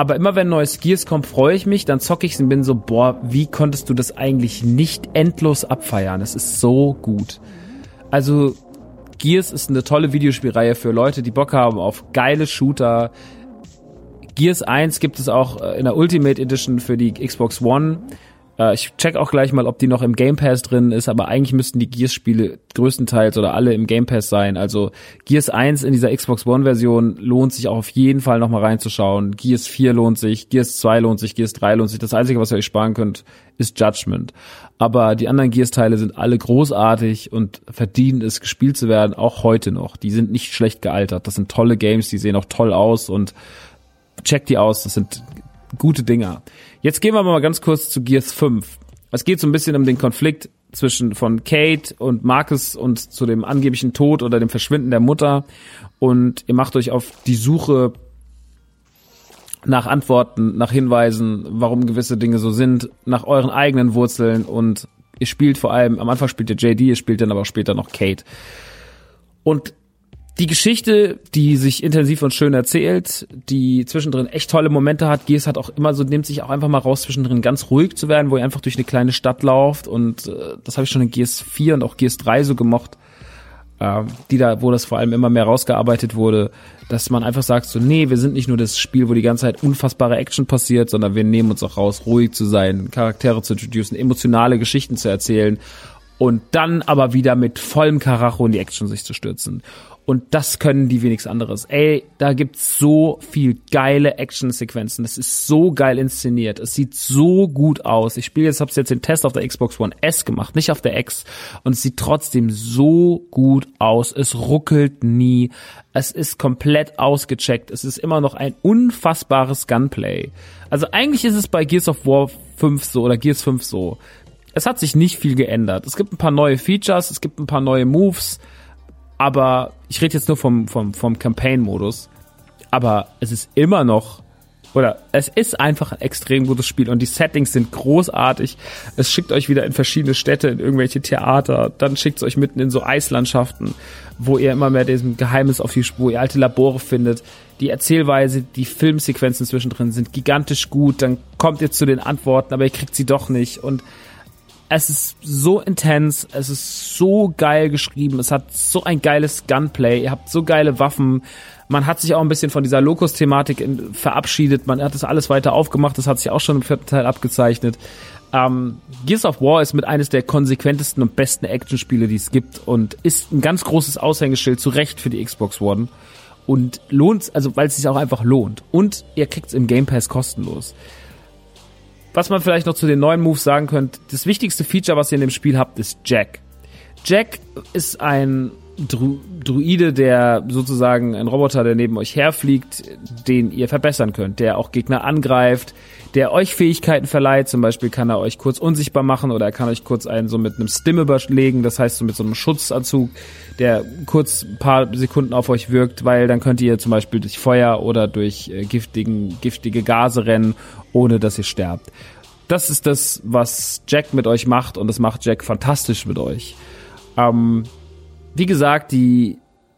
Aber immer wenn neues Gears kommt, freue ich mich, dann zocke ich's und bin so, boah, wie konntest du das eigentlich nicht endlos abfeiern? Es ist so gut. Also Gears ist eine tolle Videospielreihe für Leute, die Bock haben auf geile Shooter. Gears 1 gibt es auch in der Ultimate Edition für die Xbox One. Ich check auch gleich mal, ob die noch im Game Pass drin ist, aber eigentlich müssten die Gears-Spiele größtenteils oder alle im Game Pass sein. Also Gears 1 in dieser Xbox One-Version lohnt sich auch auf jeden Fall nochmal reinzuschauen. Gears 4 lohnt sich, Gears 2 lohnt sich, Gears 3 lohnt sich. Das Einzige, was ihr euch sparen könnt, ist Judgment. Aber die anderen Gears-Teile sind alle großartig und verdienen es, gespielt zu werden, auch heute noch. Die sind nicht schlecht gealtert. Das sind tolle Games, die sehen auch toll aus und checkt die aus. Das sind gute Dinger. Jetzt gehen wir mal ganz kurz zu Gears 5. Es geht so ein bisschen um den Konflikt von Kate und Marcus und zu dem angeblichen Tod oder dem Verschwinden der Mutter. Und ihr macht euch auf die Suche nach Antworten, nach Hinweisen, warum gewisse Dinge so sind, nach euren eigenen Wurzeln. Und ihr spielt vor allem, am Anfang spielt ihr JD, ihr spielt dann aber später noch Kate. Und die Geschichte, die sich intensiv und schön erzählt, die zwischendrin echt tolle Momente hat. Gears hat auch immer so, nimmt sich auch einfach mal raus, zwischendrin ganz ruhig zu werden, wo ihr einfach durch eine kleine Stadt lauft. Und das habe ich schon in Gears 4 und auch Gears 3 so gemocht, wo das vor allem immer mehr rausgearbeitet wurde, dass man einfach sagt so, nee, wir sind nicht nur das Spiel, wo die ganze Zeit unfassbare Action passiert, sondern wir nehmen uns auch raus, ruhig zu sein, Charaktere zu introducen, emotionale Geschichten zu erzählen und dann aber wieder mit vollem Karacho in die Action sich zu stürzen. Und das können die wenigstens anderes. Ey, da gibt's so viel geile Action-Sequenzen. Das ist so geil inszeniert. Es sieht so gut aus. Hab's jetzt den Test auf der Xbox One S gemacht, nicht auf der X. Und es sieht trotzdem so gut aus. Es ruckelt nie. Es ist komplett ausgecheckt. Es ist immer noch ein unfassbares Gunplay. Also eigentlich ist es bei Gears of War 5 so oder Gears 5 so. Es hat sich nicht viel geändert. Es gibt ein paar neue Features, es gibt ein paar neue Moves. Aber ich rede jetzt nur vom Campaign-Modus. Aber es ist immer noch, oder es ist einfach ein extrem gutes Spiel und die Settings sind großartig. Es schickt euch wieder in verschiedene Städte, in irgendwelche Theater. Dann schickt es euch mitten in so Eislandschaften, wo ihr immer mehr diesem Geheimnis auf die Spur, wo ihr alte Labore findet. Die Erzählweise, die Filmsequenzen zwischendrin sind gigantisch gut. Dann kommt ihr zu den Antworten, aber ihr kriegt sie doch nicht. Und es ist so intens, es ist so geil geschrieben, es hat so ein geiles Gunplay, ihr habt so geile Waffen, man hat sich auch ein bisschen von dieser Locust-Thematik verabschiedet, man hat das alles weiter aufgemacht, das hat sich auch schon im 4. Teil abgezeichnet. Gears of War ist mit eines der konsequentesten und besten Actionspiele, die es gibt und ist ein ganz großes Aushängeschild, zu Recht für die Xbox One und lohnt, also weil es sich auch einfach lohnt und ihr kriegt es im Game Pass kostenlos. Was man vielleicht noch zu den neuen Moves sagen könnte, das wichtigste Feature, was ihr in dem Spiel habt, ist Jack. Jack ist ein Druide, der sozusagen ein Roboter, der neben euch herfliegt, den ihr verbessern könnt, der auch Gegner angreift, der euch Fähigkeiten verleiht, zum Beispiel kann er euch kurz unsichtbar machen oder er kann euch kurz einen so mit einem Stim überlegen, das heißt so mit so einem Schutzanzug, der kurz ein paar Sekunden auf euch wirkt, weil dann könnt ihr zum Beispiel durch Feuer oder durch giftige Gase rennen, ohne dass ihr sterbt. Das ist das, was Jack mit euch macht und das macht Jack fantastisch mit euch. Wie gesagt, die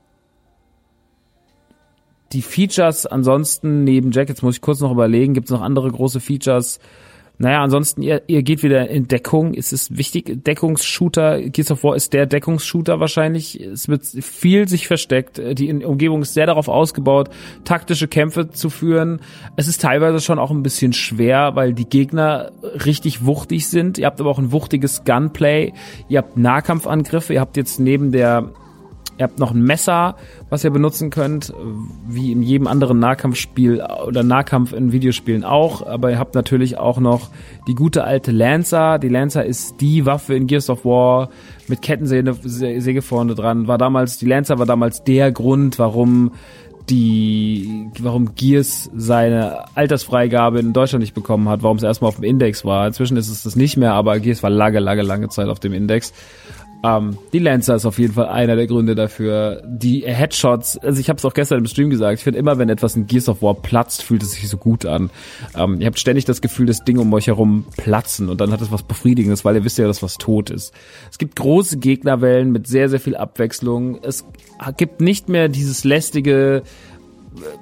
Features ansonsten neben Jack, jetzt muss ich kurz noch überlegen, gibt es noch andere große Features? Naja, ansonsten, ihr geht wieder in Deckung, es ist wichtig, Deckungsshooter, Gears of War ist der Deckungsshooter wahrscheinlich, es wird viel sich versteckt, die Umgebung ist sehr darauf ausgebaut, taktische Kämpfe zu führen, es ist teilweise schon auch ein bisschen schwer, weil die Gegner richtig wuchtig sind, ihr habt aber auch ein wuchtiges Gunplay, ihr habt Nahkampfangriffe, ihr habt jetzt ihr habt noch ein Messer, was ihr benutzen könnt, wie in jedem anderen Nahkampfspiel oder Nahkampf in Videospielen auch, aber ihr habt natürlich auch noch die gute alte Lancer. Die Lancer ist die Waffe in Gears of War mit Kettensäge vorne dran. Die Lancer war damals der Grund, warum Gears seine Altersfreigabe in Deutschland nicht bekommen hat, warum es erstmal auf dem Index war. Inzwischen ist es das nicht mehr, aber Gears war lange Zeit auf dem Index. Die Lancer ist auf jeden Fall einer der Gründe dafür. Die Headshots, also ich habe es auch gestern im Stream gesagt, ich finde immer, wenn etwas in Gears of War platzt, fühlt es sich so gut an. Ihr habt ständig das Gefühl, das Ding um euch herum platzen und dann hat es was Befriedigendes, weil ihr wisst ja, dass was tot ist. Es gibt große Gegnerwellen mit sehr, sehr viel Abwechslung. Es gibt nicht mehr dieses lästige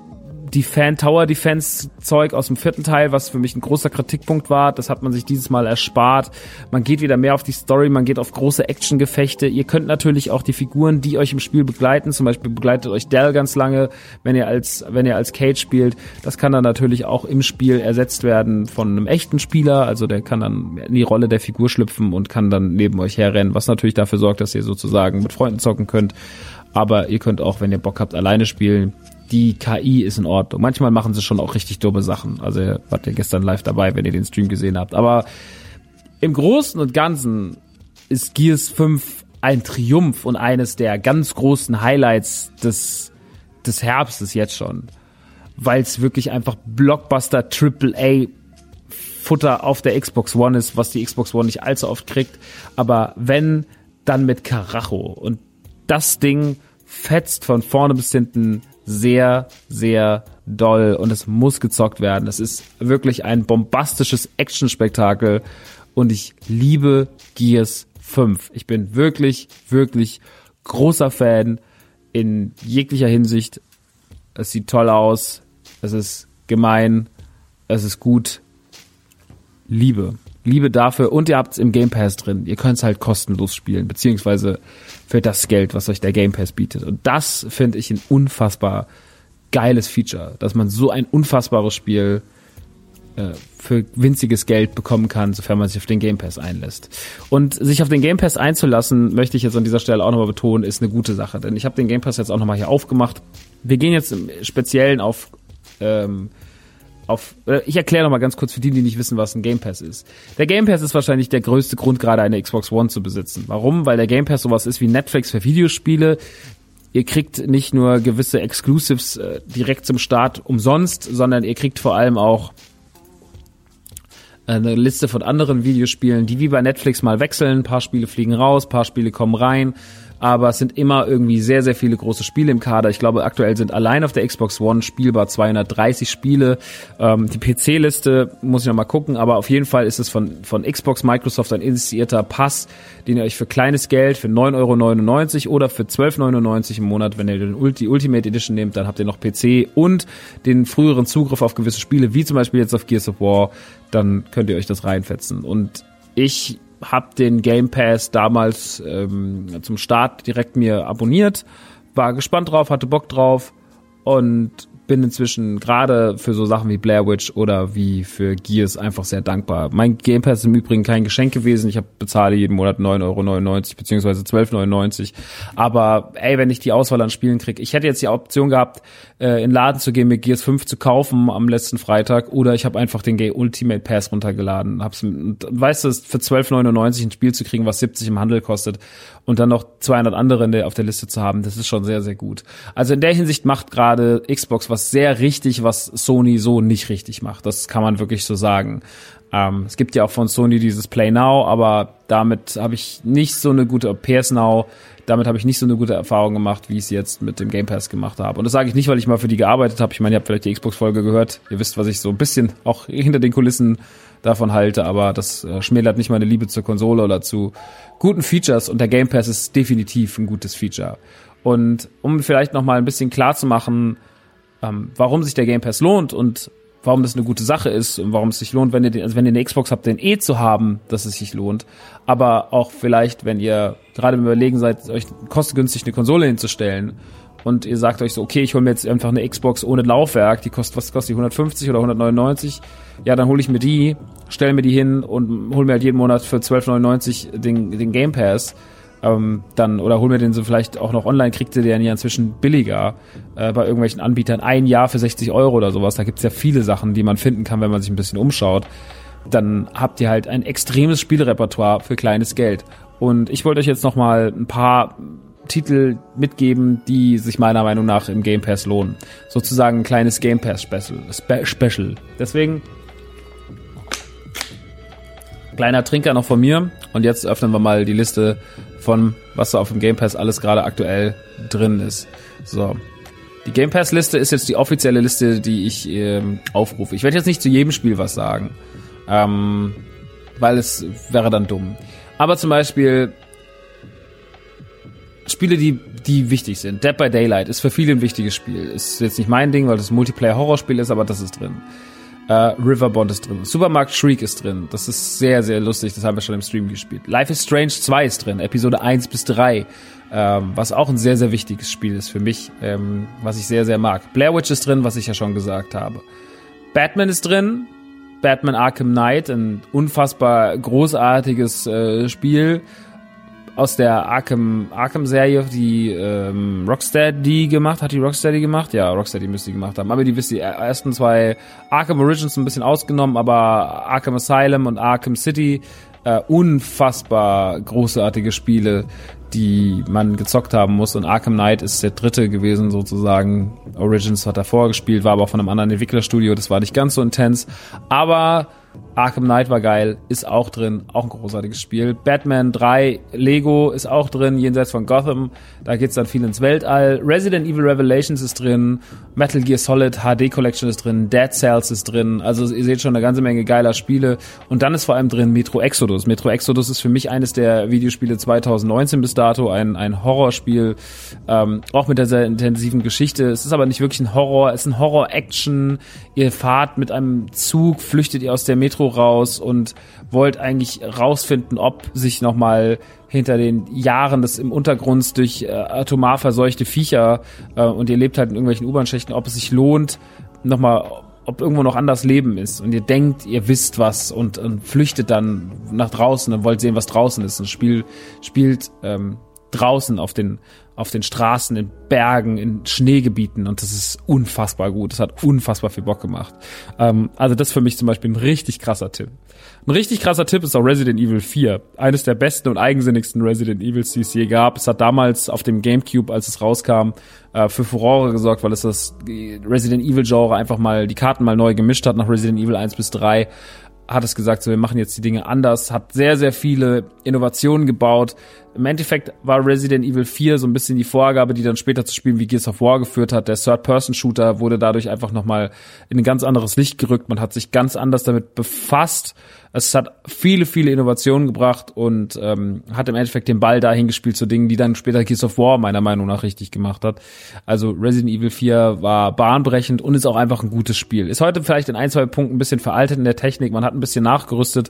die Tower-Defense-Zeug aus dem 4. Teil, was für mich ein großer Kritikpunkt war, das hat man sich dieses Mal erspart. Man geht wieder mehr auf die Story, man geht auf große Action-Gefechte. Ihr könnt natürlich auch die Figuren, die euch im Spiel begleiten, zum Beispiel begleitet euch Dell ganz lange, wenn ihr als Cade spielt. Das kann dann natürlich auch im Spiel ersetzt werden von einem echten Spieler, also der kann dann in die Rolle der Figur schlüpfen und kann dann neben euch herrennen, was natürlich dafür sorgt, dass ihr sozusagen mit Freunden zocken könnt. Aber ihr könnt auch, wenn ihr Bock habt, alleine spielen. Die KI ist in Ordnung. Manchmal machen sie schon auch richtig dumme Sachen. Also ihr wart ja gestern live dabei, wenn ihr den Stream gesehen habt. Aber im Großen und Ganzen ist Gears 5 ein Triumph und eines der ganz großen Highlights des Herbstes jetzt schon. Weil es wirklich einfach Blockbuster AAA Futter auf der Xbox One ist, was die Xbox One nicht allzu oft kriegt. Aber wenn, dann mit Karacho. Und das Ding fetzt von vorne bis hinten sehr, sehr doll und es muss gezockt werden. Es ist wirklich ein bombastisches Action-Spektakel und ich liebe Gears 5. Ich bin wirklich, wirklich großer Fan in jeglicher Hinsicht. Es sieht toll aus, es ist gemein, es ist gut. Liebe dafür und ihr habt es im Game Pass drin. Ihr könnt es halt kostenlos spielen, beziehungsweise für das Geld, was euch der Game Pass bietet. Und das finde ich ein unfassbar geiles Feature, dass man so ein unfassbares Spiel für winziges Geld bekommen kann, sofern man sich auf den Game Pass einlässt. Und sich auf den Game Pass einzulassen, möchte ich jetzt an dieser Stelle auch nochmal betonen, ist eine gute Sache. Denn ich habe den Game Pass jetzt auch nochmal hier aufgemacht. Wir gehen jetzt im Speziellen ich erkläre noch mal ganz kurz für die nicht wissen, was ein Game Pass ist. Der Game Pass ist wahrscheinlich der größte Grund, gerade eine Xbox One zu besitzen. Warum? Weil der Game Pass sowas ist wie Netflix für Videospiele. Ihr kriegt nicht nur gewisse Exclusives direkt zum Start umsonst, sondern ihr kriegt vor allem auch eine Liste von anderen Videospielen, die wie bei Netflix mal wechseln. Ein paar Spiele fliegen raus, ein paar Spiele kommen rein. Aber es sind immer irgendwie sehr, sehr viele große Spiele im Kader. Ich glaube, aktuell sind allein auf der Xbox One spielbar 230 Spiele. Die PC-Liste muss ich noch mal gucken, aber auf jeden Fall ist es von Xbox Microsoft ein initiierter Pass, den ihr euch für kleines Geld, für 9,99 € oder für 12,99 € im Monat, wenn ihr die Ultimate Edition nehmt, dann habt ihr noch PC und den früheren Zugriff auf gewisse Spiele, wie zum Beispiel jetzt auf Gears of War, dann könnt ihr euch das reinfetzen. Und ich hab den Game Pass damals zum Start direkt mir abonniert, war gespannt drauf, hatte Bock drauf und bin inzwischen gerade für so Sachen wie Blair Witch oder wie für Gears einfach sehr dankbar. Mein Game Pass ist im Übrigen kein Geschenk gewesen. Ich bezahle jeden Monat 9,99 € beziehungsweise 12,99 €. Aber wenn ich die Auswahl an Spielen kriege, ich hätte jetzt die Option gehabt, in den Laden zu gehen, mir Gears 5 zu kaufen am letzten Freitag, oder ich habe einfach den Ultimate Pass runtergeladen. Weißt du, für 12,99 € ein Spiel zu kriegen, was 70 im Handel kostet und dann noch 200 andere auf der Liste zu haben, das ist schon sehr, sehr gut. Also in der Hinsicht macht gerade Xbox was sehr richtig, was Sony so nicht richtig macht. Das kann man wirklich so sagen. Es gibt ja auch von Sony dieses Play Now, aber damit habe ich nicht so eine gute PS Now, damit habe ich nicht so eine gute Erfahrung gemacht, wie ich es jetzt mit dem Game Pass gemacht habe. Und das sage ich nicht, weil ich mal für die gearbeitet habe. Ich meine, ihr habt vielleicht die Xbox-Folge gehört. Ihr wisst, was ich so ein bisschen auch hinter den Kulissen davon halte, aber das schmälert nicht meine Liebe zur Konsole oder zu guten Features, und der Game Pass ist definitiv ein gutes Feature. Und um vielleicht noch mal ein bisschen klar zu machen, warum sich der Game Pass lohnt und warum das eine gute Sache ist und warum es sich lohnt, wenn ihr eine Xbox habt, den zu haben, dass es sich lohnt. Aber auch vielleicht, wenn ihr gerade im Überlegen seid, euch kostengünstig eine Konsole hinzustellen und ihr sagt euch so, okay, ich hole mir jetzt einfach eine Xbox ohne Laufwerk, was kostet die, 150 oder 199? Ja, dann hole ich mir die, stelle mir die hin und hole mir halt jeden Monat für 12,99 € den Game Pass. Oder hol mir den so vielleicht auch noch online, kriegt ihr den ja inzwischen billiger bei irgendwelchen Anbietern, ein Jahr für 60 € oder sowas. Da gibt's ja viele Sachen, die man finden kann, wenn man sich ein bisschen umschaut. Dann habt ihr halt ein extremes Spielrepertoire für kleines Geld. Und ich wollte euch jetzt noch mal ein paar Titel mitgeben, die sich meiner Meinung nach im Game Pass lohnen. Sozusagen ein kleines Game Pass Special. Deswegen kleiner Trinker noch von mir. Und jetzt öffnen wir mal die Liste von, was da auf dem Game Pass alles gerade aktuell drin ist. So. Die Game Pass Liste ist jetzt die offizielle Liste, die ich aufrufe. Ich werde jetzt nicht zu jedem Spiel was sagen, weil es wäre dann dumm. Aber zum Beispiel Spiele, die wichtig sind. Dead by Daylight ist für viele ein wichtiges Spiel. Ist jetzt nicht mein Ding, weil das ein Multiplayer-Horrorspiel ist, aber das ist drin. Riverbond ist drin. Supermarkt Shriek ist drin. Das ist sehr, sehr lustig. Das haben wir schon im Stream gespielt. Life is Strange 2 ist drin. Episode 1 bis 3. Was auch ein sehr, sehr wichtiges Spiel ist für mich. Was ich sehr, sehr mag. Blair Witch ist drin, was ich ja schon gesagt habe. Batman ist drin. Batman Arkham Knight. Ein unfassbar großartiges Spiel aus der Arkham-Serie, die Rocksteady gemacht. Hat die Rocksteady gemacht? Ja, Rocksteady müsste die gemacht haben. Aber die wisst die ersten 2 Arkham Origins ein bisschen ausgenommen, aber Arkham Asylum und Arkham City, unfassbar großartige Spiele, die man gezockt haben muss. Und Arkham Knight ist der dritte gewesen sozusagen. Origins hat davor gespielt, war aber auch von einem anderen Entwicklerstudio. Das war nicht ganz so intens. Aber Arkham Knight war geil, ist auch drin, auch ein großartiges Spiel. Batman 3 Lego ist auch drin, jenseits von Gotham, da geht's dann viel ins Weltall. Resident Evil Revelations ist drin, Metal Gear Solid HD Collection ist drin, Dead Cells ist drin, also ihr seht schon eine ganze Menge geiler Spiele. Und dann ist vor allem drin Metro Exodus. Metro Exodus ist für mich eines der Videospiele 2019 bis dato, ein Horrorspiel, auch mit der sehr intensiven Geschichte. Es ist aber nicht wirklich ein Horror, es ist ein Horror-Action. Ihr fahrt mit einem Zug, flüchtet ihr aus der Metro raus und wollt eigentlich rausfinden, ob sich nochmal hinter den Jahren des im Untergrund durch atomar verseuchte Viecher und ihr lebt halt in irgendwelchen U-Bahn-Schächten, ob es sich lohnt, nochmal, ob irgendwo noch anders Leben ist. Und ihr denkt, ihr wisst was und flüchtet dann nach draußen und wollt sehen, was draußen ist. Und spielt draußen auf den Straßen, in Bergen, in Schneegebieten, und das ist unfassbar gut. Das hat unfassbar viel Bock gemacht. Also das ist für mich zum Beispiel ein richtig krasser Tipp. Ein richtig krasser Tipp ist auch Resident Evil 4. Eines der besten und eigensinnigsten Resident Evils, die es je gab. Es hat damals auf dem GameCube, als es rauskam, für Furore gesorgt, weil es das Resident Evil Genre einfach mal, die Karten mal neu gemischt hat nach Resident Evil 1 bis 3. Hat es gesagt, so, wir machen jetzt die Dinge anders, hat sehr, sehr viele Innovationen gebaut. Im Endeffekt war Resident Evil 4 so ein bisschen die Vorgabe, die dann später zu Spielen wie Gears of War geführt hat. Der Third-Person-Shooter wurde dadurch einfach nochmal in ein ganz anderes Licht gerückt. Man hat sich ganz anders damit befasst. Es hat viele, viele Innovationen gebracht und hat im Endeffekt den Ball dahin gespielt zu Dingen, die dann später Gears of War meiner Meinung nach richtig gemacht hat. Also Resident Evil 4 war bahnbrechend und ist auch einfach ein gutes Spiel. Ist heute vielleicht in 1, 2 Punkten ein bisschen veraltet in der Technik. Man hat ein bisschen nachgerüstet,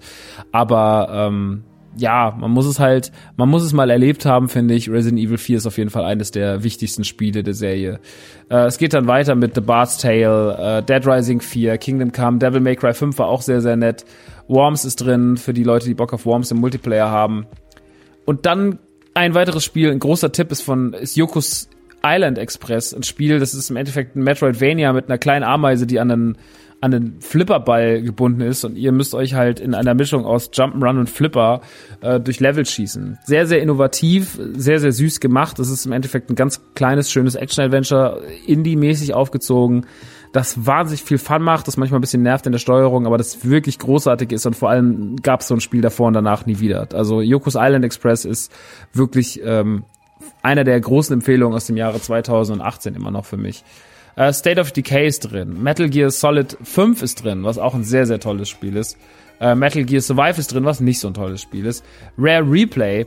aber ja, man muss es mal erlebt haben, finde ich. Resident Evil 4 ist auf jeden Fall eines der wichtigsten Spiele der Serie. Es geht dann weiter mit The Bard's Tale, Dead Rising 4, Kingdom Come, Devil May Cry 5 war auch sehr, sehr nett. Worms ist drin, für die Leute, die Bock auf Worms im Multiplayer haben. Und dann ein weiteres Spiel, ein großer Tipp ist Yoku's Island Express, ein Spiel, das ist im Endeffekt ein Metroidvania mit einer kleinen Ameise, die an einen Flipperball gebunden ist, und ihr müsst euch halt in einer Mischung aus Jump'n'Run und Flipper durch Level schießen. Sehr, sehr innovativ, sehr, sehr süß gemacht. Das ist im Endeffekt ein ganz kleines, schönes Action-Adventure, Indie-mäßig aufgezogen, das wahnsinnig viel Fun macht, das manchmal ein bisschen nervt in der Steuerung, aber das wirklich großartig ist, und vor allem gab es so ein Spiel davor und danach nie wieder. Also Yoku's Island Express ist wirklich einer der großen Empfehlungen aus dem Jahre 2018 immer noch für mich. State of Decay ist drin. Metal Gear Solid 5 ist drin, was auch ein sehr, sehr tolles Spiel ist. Metal Gear Survive ist drin, was nicht so ein tolles Spiel ist. Rare Replay,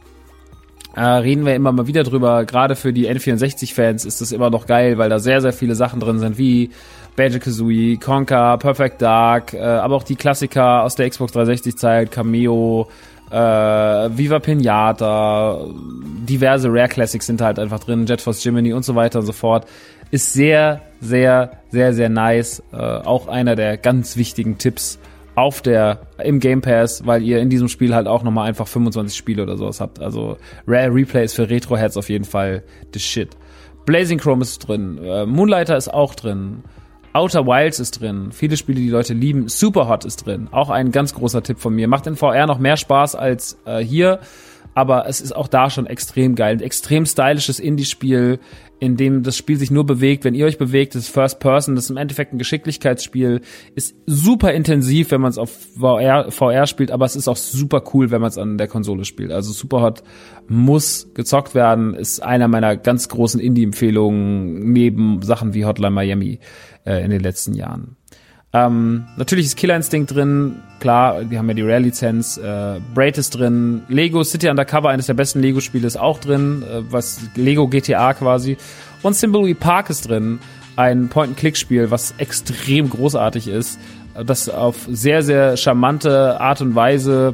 reden wir immer mal wieder drüber. Gerade für die N64-Fans ist das immer noch geil, weil da sehr, sehr viele Sachen drin sind, wie Banjo-Kazooie, Conker, Perfect Dark, aber auch die Klassiker aus der Xbox 360-Zeit, Cameo, Viva Pinata, diverse Rare Classics sind halt einfach drin, Jet Force Gemini und so weiter und so fort. Ist sehr, sehr, sehr, sehr nice. Auch einer der ganz wichtigen Tipps im Game Pass, weil ihr in diesem Spiel halt auch nochmal einfach 25 Spiele oder sowas habt. Also Rare Replay ist für Retro-Heads auf jeden Fall the shit. Blazing Chrome ist drin. Moonlighter ist auch drin. Outer Wilds ist drin. Viele Spiele, die Leute lieben. Superhot ist drin. Auch ein ganz großer Tipp von mir. Macht in VR noch mehr Spaß als hier. Aber es ist auch da schon extrem geil. Ein extrem stylisches Indie-Spiel, in dem das Spiel sich nur bewegt, wenn ihr euch bewegt. Das ist First Person, das ist im Endeffekt ein Geschicklichkeitsspiel. Ist super intensiv, wenn man es auf VR spielt, aber es ist auch super cool, wenn man es an der Konsole spielt. Also Superhot muss gezockt werden, ist einer meiner ganz großen Indie-Empfehlungen neben Sachen wie Hotline Miami in den letzten Jahren. Natürlich ist Killer Instinct drin, klar, wir haben ja die Rare-Lizenz, Braid ist drin, Lego City Undercover, eines der besten Lego-Spiele, ist auch drin, was Lego GTA quasi, und Thimbleweed Park ist drin, ein Point-and-Click-Spiel, was extrem großartig ist, das auf sehr, sehr charmante Art und Weise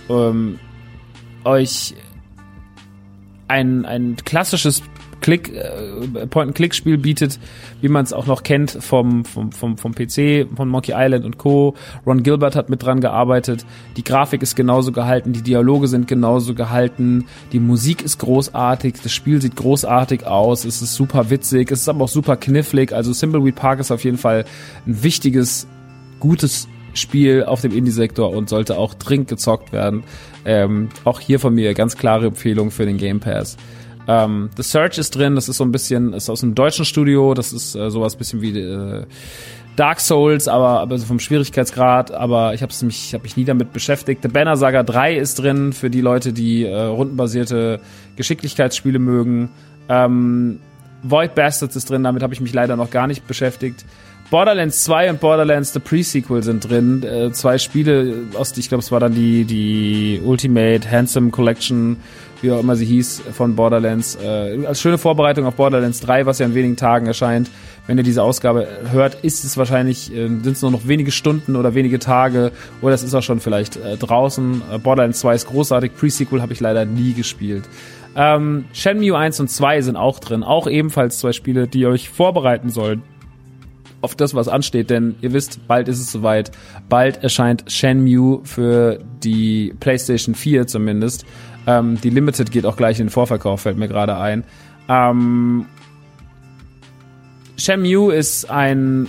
euch ein klassisches Point-and-Click-Spiel bietet, wie man es auch noch kennt vom PC, von Monkey Island und Co. Ron Gilbert hat mit dran gearbeitet. Die Grafik ist genauso gehalten, die Dialoge sind genauso gehalten, die Musik ist großartig, das Spiel sieht großartig aus, es ist super witzig, es ist aber auch super knifflig. Also Thimbleweed Park ist auf jeden Fall ein wichtiges, gutes Spiel auf dem Indie-Sektor und sollte auch dringend gezockt werden. Auch hier von mir ganz klare Empfehlung für den Game Pass. The Search ist drin, das ist so ein bisschen, ist aus einem deutschen Studio, das ist sowas bisschen wie Dark Souls, aber so vom Schwierigkeitsgrad, aber ich habe mich nie damit beschäftigt. The Banner Saga 3 ist drin, für die Leute, die rundenbasierte Geschicklichkeitsspiele mögen. Void Bastards ist drin, damit habe ich mich leider noch gar nicht beschäftigt. Borderlands 2 und Borderlands The Pre-Sequel sind drin. 2 Spiele, ich glaube, es war dann die Ultimate Handsome Collection, wie auch immer sie hieß, von Borderlands. Als schöne Vorbereitung auf Borderlands 3, was ja in wenigen Tagen erscheint. Wenn ihr diese Ausgabe hört, ist es wahrscheinlich, sind es nur noch wenige Stunden oder wenige Tage, oder es ist auch schon vielleicht draußen. Borderlands 2 ist großartig, Pre-Sequel habe ich leider nie gespielt. Shenmue 1 und 2 sind auch drin, auch ebenfalls 2 Spiele, die euch vorbereiten sollen auf das, was ansteht, denn ihr wisst, bald ist es soweit. Bald erscheint Shenmue für die PlayStation 4 zumindest. Die Limited geht auch gleich in den Vorverkauf, fällt mir gerade ein. Shenmue ist ein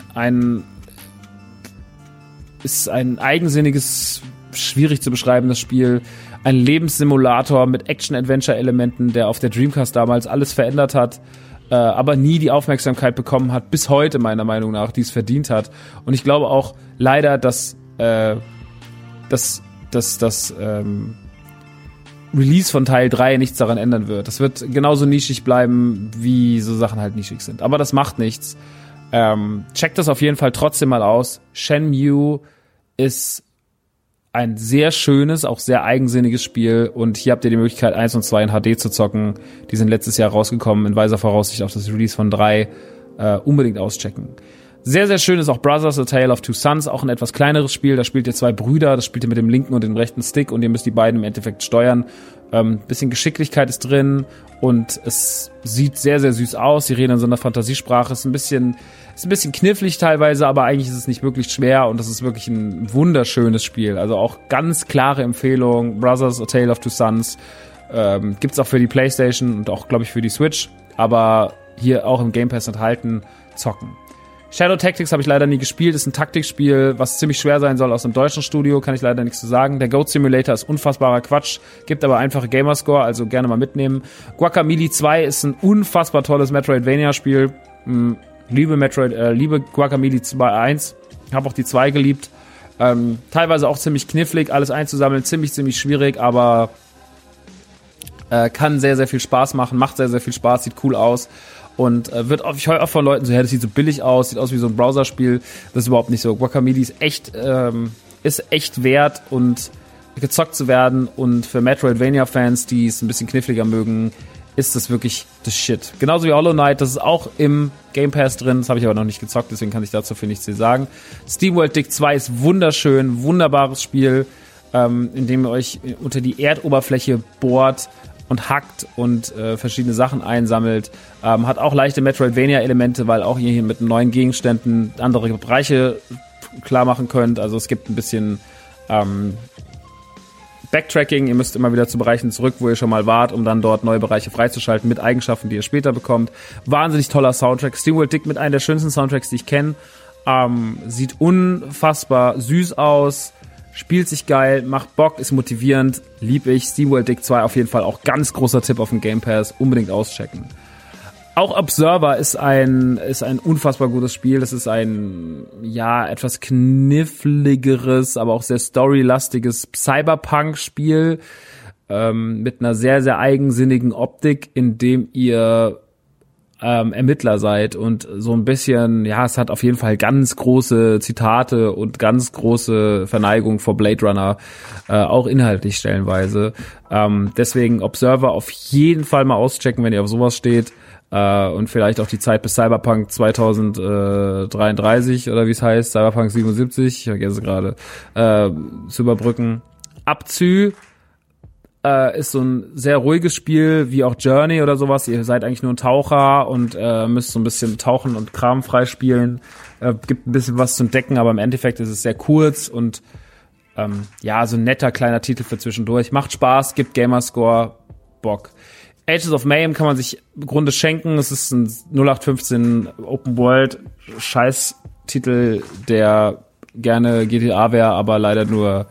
eigensinniges, schwierig zu beschreibendes Spiel. Ein Lebenssimulator mit Action-Adventure-Elementen, der auf der Dreamcast damals alles verändert hat, aber nie die Aufmerksamkeit bekommen hat, bis heute meiner Meinung nach, die es verdient hat. Und ich glaube auch leider, dass das Release von Teil 3 nichts daran ändern wird. Das wird genauso nischig bleiben, wie so Sachen halt nischig sind. Aber das macht nichts. Checkt das auf jeden Fall trotzdem mal aus. Shenmue ist ein sehr schönes, auch sehr eigensinniges Spiel, und hier habt ihr die Möglichkeit, 1 und 2 in HD zu zocken. Die sind letztes Jahr rausgekommen, in weiser Voraussicht auf das Release von 3. Unbedingt auschecken. Sehr, sehr schön ist auch Brothers, A Tale of Two Sons, auch ein etwas kleineres Spiel. Da spielt ihr 2 Brüder, das spielt ihr mit dem linken und dem rechten Stick, und ihr müsst die beiden im Endeffekt steuern. Bisschen Geschicklichkeit ist drin und es sieht sehr, sehr süß aus. Sie reden in so einer Fantasiesprache, ist ein bisschen knifflig teilweise, aber eigentlich ist es nicht wirklich schwer, und das ist wirklich ein wunderschönes Spiel. Also auch ganz klare Empfehlung. Brothers, A Tale of Two Sons gibt's auch für die PlayStation und auch, glaube ich, für die Switch, aber hier auch im Game Pass enthalten. Zocken. Shadow Tactics habe ich leider nie gespielt, ist ein Taktikspiel, was ziemlich schwer sein soll, aus einem deutschen Studio, kann ich leider nichts zu sagen. Der Goat Simulator ist unfassbarer Quatsch, gibt aber einfache Gamerscore, also gerne mal mitnehmen. Guacamelee 2 ist ein unfassbar tolles Metroidvania-Spiel. Liebe Guacamelee 2 1, habe auch die 2 geliebt. Teilweise auch ziemlich knifflig, alles einzusammeln, ziemlich schwierig, aber kann sehr, sehr viel Spaß machen, macht sehr, sehr viel Spaß, sieht cool aus. Und ich höre auch von Leuten so, ja, das sieht so billig aus, sieht aus wie so ein Browserspiel. Das ist überhaupt nicht so. Guacamelee ist echt wert, und gezockt zu werden. Und für Metroidvania-Fans, die es ein bisschen kniffliger mögen, ist das wirklich das Shit. Genauso wie Hollow Knight, das ist auch im Game Pass drin. Das habe ich aber noch nicht gezockt, deswegen kann ich dazu für nichts sagen. SteamWorld Dig 2 ist wunderschön, wunderbares Spiel, in dem ihr euch unter die Erdoberfläche bohrt und hackt und verschiedene Sachen einsammelt. Hat auch leichte Metroidvania-Elemente, weil auch ihr hier mit neuen Gegenständen andere Bereiche klar machen könnt. Also es gibt ein bisschen Backtracking. Ihr müsst immer wieder zu Bereichen zurück, wo ihr schon mal wart, um dann dort neue Bereiche freizuschalten mit Eigenschaften, die ihr später bekommt. Wahnsinnig toller Soundtrack. SteamWorld Dig mit einem der schönsten Soundtracks, die ich kenne. Sieht unfassbar süß aus. Spielt sich geil, macht Bock, ist motivierend, lieb ich. SteamWorld Dig 2 auf jeden Fall auch ganz großer Tipp auf dem Game Pass, unbedingt auschecken. Auch Observer ist ein unfassbar gutes Spiel. Das ist ein, ja, etwas kniffligeres, aber auch sehr storylastiges Cyberpunk-Spiel mit einer sehr, sehr eigensinnigen Optik, in dem ihr Ermittler seid und so ein bisschen, ja, es hat auf jeden Fall ganz große Zitate und ganz große Verneigung vor Blade Runner, auch inhaltlich stellenweise. Deswegen Observer auf jeden Fall mal auschecken, wenn ihr auf sowas steht, und vielleicht auch die Zeit bis Cyberpunk 2033 oder wie es heißt, Cyberpunk 77, ich vergesse gerade, zu überbrücken. Abzü ist so ein sehr ruhiges Spiel, wie auch Journey oder sowas. Ihr seid eigentlich nur ein Taucher und müsst so ein bisschen tauchen und Kram freispielen. Gibt ein bisschen was zu entdecken, aber im Endeffekt ist es sehr kurz und ja, so ein netter kleiner Titel für zwischendurch. Macht Spaß, gibt Gamerscore, Bock. Agents of Mayhem kann man sich im Grunde schenken. Es ist ein 0815 Open World Scheißtitel, der gerne GTA wäre, aber leider nur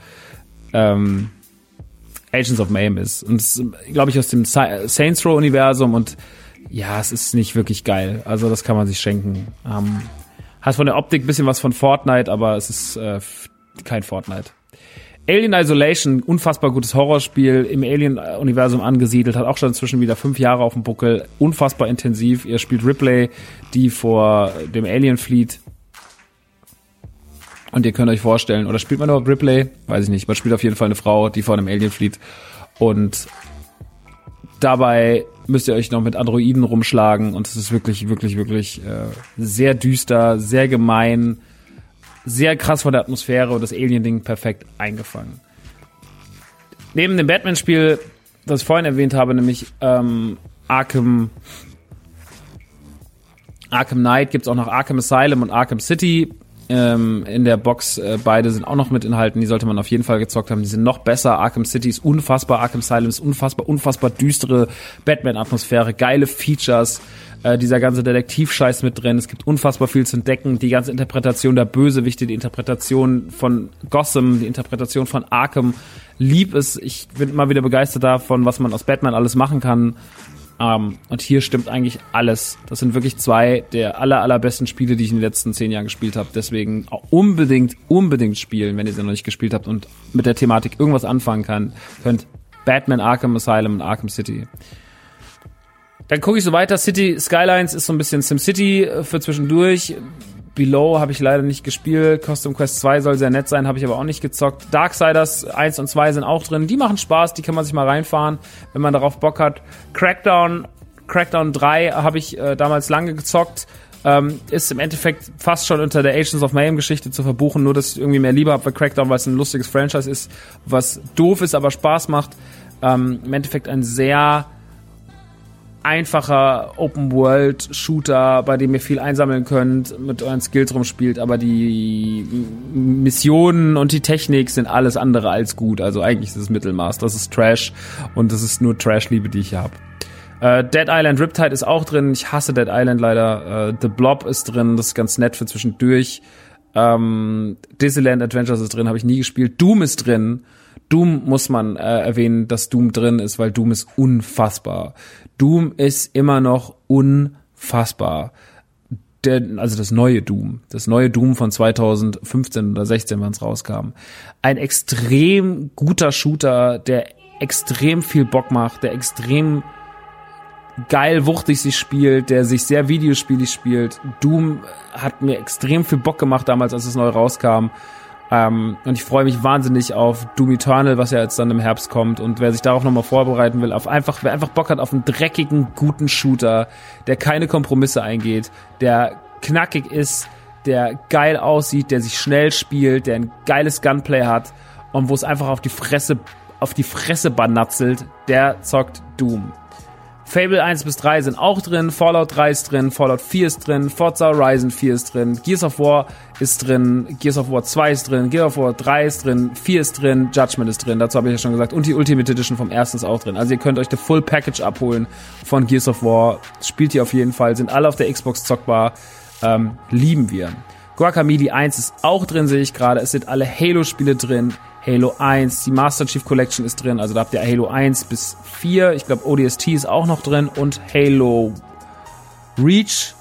Agents of Mayhem ist. Und es ist, glaube ich, aus dem Saints Row Universum und ja, es ist nicht wirklich geil. Also das kann man sich schenken. Hat von der Optik ein bisschen was von Fortnite, aber es ist kein Fortnite. Alien Isolation, unfassbar gutes Horrorspiel, im Alien-Universum angesiedelt, hat auch schon inzwischen wieder 5 Jahre auf dem Buckel, unfassbar intensiv. Ihr spielt Ripley, die vor dem Alien flieht. Und ihr könnt euch vorstellen, oder spielt man überhaupt Ripley? Weiß ich nicht. Man spielt auf jeden Fall eine Frau, die vor einem Alien flieht. Und dabei müsst ihr euch noch mit Androiden rumschlagen. Und es ist wirklich, wirklich, wirklich sehr düster, sehr gemein, sehr krass von der Atmosphäre und das Alien-Ding perfekt eingefangen. Neben dem Batman-Spiel, das ich vorhin erwähnt habe, nämlich Arkham Knight, gibt's auch noch Arkham Asylum und Arkham City. In der Box, beide sind auch noch mit Inhalten, die sollte man auf jeden Fall gezockt haben, die sind noch besser. Arkham City ist unfassbar, Arkham Asylum ist unfassbar düstere Batman-Atmosphäre, geile Features, dieser ganze Detektivscheiß mit drin, es gibt unfassbar viel zu entdecken, die ganze Interpretation der Bösewichte, die Interpretation von Gotham, die Interpretation von Arkham, lieb es, ich bin immer wieder begeistert davon, was man aus Batman alles machen kann. Und hier stimmt eigentlich alles. Das sind wirklich 2 der allerbesten Spiele, die ich in den letzten 10 Jahren gespielt habe. Deswegen auch unbedingt spielen, wenn ihr sie noch nicht gespielt habt und mit der Thematik irgendwas anfangen könnt. Batman, Arkham Asylum und Arkham City. Dann gucke ich so weiter. City Skylines ist so ein bisschen SimCity für zwischendurch. Below habe ich leider nicht gespielt. Custom Quest 2 soll sehr nett sein, habe ich aber auch nicht gezockt. Darksiders 1 und 2 sind auch drin. Die machen Spaß, die kann man sich mal reinfahren, wenn man darauf Bock hat. Crackdown 3 habe ich damals lange gezockt. Ist im Endeffekt fast schon unter der Agents of Mayhem Geschichte zu verbuchen, nur dass ich irgendwie mehr Liebe habe für Crackdown, weil es ein lustiges Franchise ist, was doof ist, aber Spaß macht. Im Endeffekt ein sehr einfacher Open-World-Shooter, bei dem ihr viel einsammeln könnt, mit euren Skills rumspielt, aber die Missionen und die Technik sind alles andere als gut. Also eigentlich ist es Mittelmaß. Das ist Trash und das ist nur Trash-Liebe, die ich hier habe. Dead Island Riptide ist auch drin. Ich hasse Dead Island leider. The Blob ist drin. Das ist ganz nett für zwischendurch. Disneyland Adventures ist drin. Habe ich nie gespielt. Doom ist drin. Doom muss man erwähnen, dass Doom drin ist, weil Doom ist unfassbar. Doom ist immer noch unfassbar. Also das neue Doom von 2015 oder 16, wann es rauskam. Ein extrem guter Shooter, der extrem viel Bock macht, der extrem geil wuchtig sich spielt, der sich sehr videospielig spielt. Doom hat mir extrem viel Bock gemacht damals, als es neu rauskam. Und ich freue mich wahnsinnig auf Doom Eternal, was ja jetzt dann im Herbst kommt. Und wer sich darauf nochmal vorbereiten will, wer einfach Bock hat auf einen dreckigen, guten Shooter, der keine Kompromisse eingeht, der knackig ist, der geil aussieht, der sich schnell spielt, der ein geiles Gunplay hat und wo es einfach auf die Fresse banatzelt, der zockt Doom. Fable 1 bis 3 sind auch drin, Fallout 3 ist drin, Fallout 4 ist drin, Forza Horizon 4 ist drin, Gears of War ist drin, Gears of War 2 ist drin, Gears of War 3 ist drin, 4 ist drin, Judgment ist drin, dazu habe ich ja schon gesagt, und die Ultimate Edition vom 1. ist auch drin. Also ihr könnt euch the Full Package abholen von Gears of War, spielt ihr auf jeden Fall, sind alle auf der Xbox zockbar, lieben wir. Guacamelee 1 ist auch drin, sehe ich gerade, es sind alle Halo-Spiele drin, Halo 1, die Master Chief Collection ist drin, also da habt ihr Halo 1 bis 4, ich glaube ODST ist auch noch drin und Halo Reach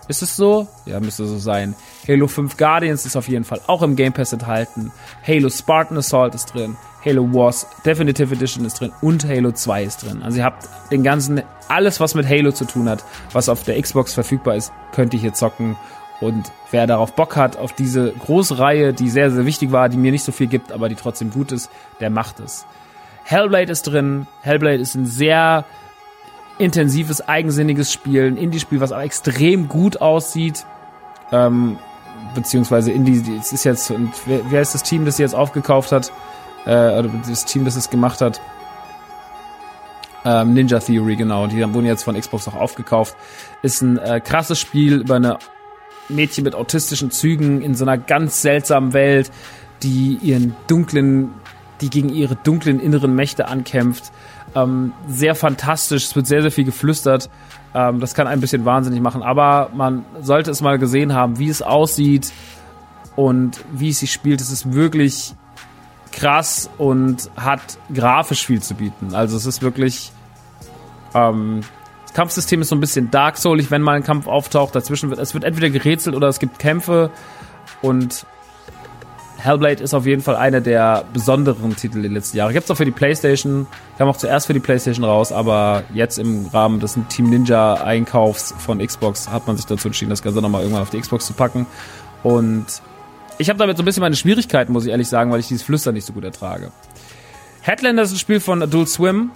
Ist es so? Ja, müsste so sein. Halo 5 Guardians ist auf jeden Fall auch im Game Pass enthalten. Halo Spartan Assault ist drin. Halo Wars Definitive Edition ist drin und Halo 2 ist drin. Also ihr habt den ganzen, alles was mit Halo zu tun hat, was auf der Xbox verfügbar ist, könnt ihr hier zocken. Und wer darauf Bock hat, auf diese große Reihe, die sehr, sehr wichtig war, die mir nicht so viel gibt, aber die trotzdem gut ist, der macht es. Hellblade ist drin. Hellblade ist ein sehr intensives, eigensinniges Spiel, ein Indie-Spiel, was aber extrem gut aussieht. Beziehungsweise es ist jetzt, wer ist das Team, das sie jetzt aufgekauft hat? Oder das Team, das es gemacht hat? Ninja Theory, genau. Die wurden jetzt von Xbox auch aufgekauft. Ist ein krasses Spiel über eine Mädchen mit autistischen Zügen in so einer ganz seltsamen Welt, die gegen ihre dunklen inneren Mächte ankämpft. Sehr fantastisch, es wird sehr, sehr viel geflüstert. Das kann ein bisschen wahnsinnig machen, aber man sollte es mal gesehen haben, wie es aussieht und wie es sich spielt. Es ist wirklich krass und hat grafisch viel zu bieten. Also es ist wirklich das Kampfsystem ist so ein bisschen Dark Soulig, wenn mal ein Kampf auftaucht. Dazwischen es wird entweder gerätselt oder es gibt Kämpfe. Und Hellblade ist auf jeden Fall einer der besonderen Titel der letzten Jahre. Gibt's auch für die PlayStation, kam auch zuerst für die PlayStation raus, aber jetzt im Rahmen des Team Ninja Einkaufs von Xbox hat man sich dazu entschieden, das Ganze nochmal irgendwann auf die Xbox zu packen. Und ich habe damit so ein bisschen meine Schwierigkeiten, muss ich ehrlich sagen, weil ich dieses Flüstern nicht so gut ertrage. Headlander ist ein Spiel von Adult Swim,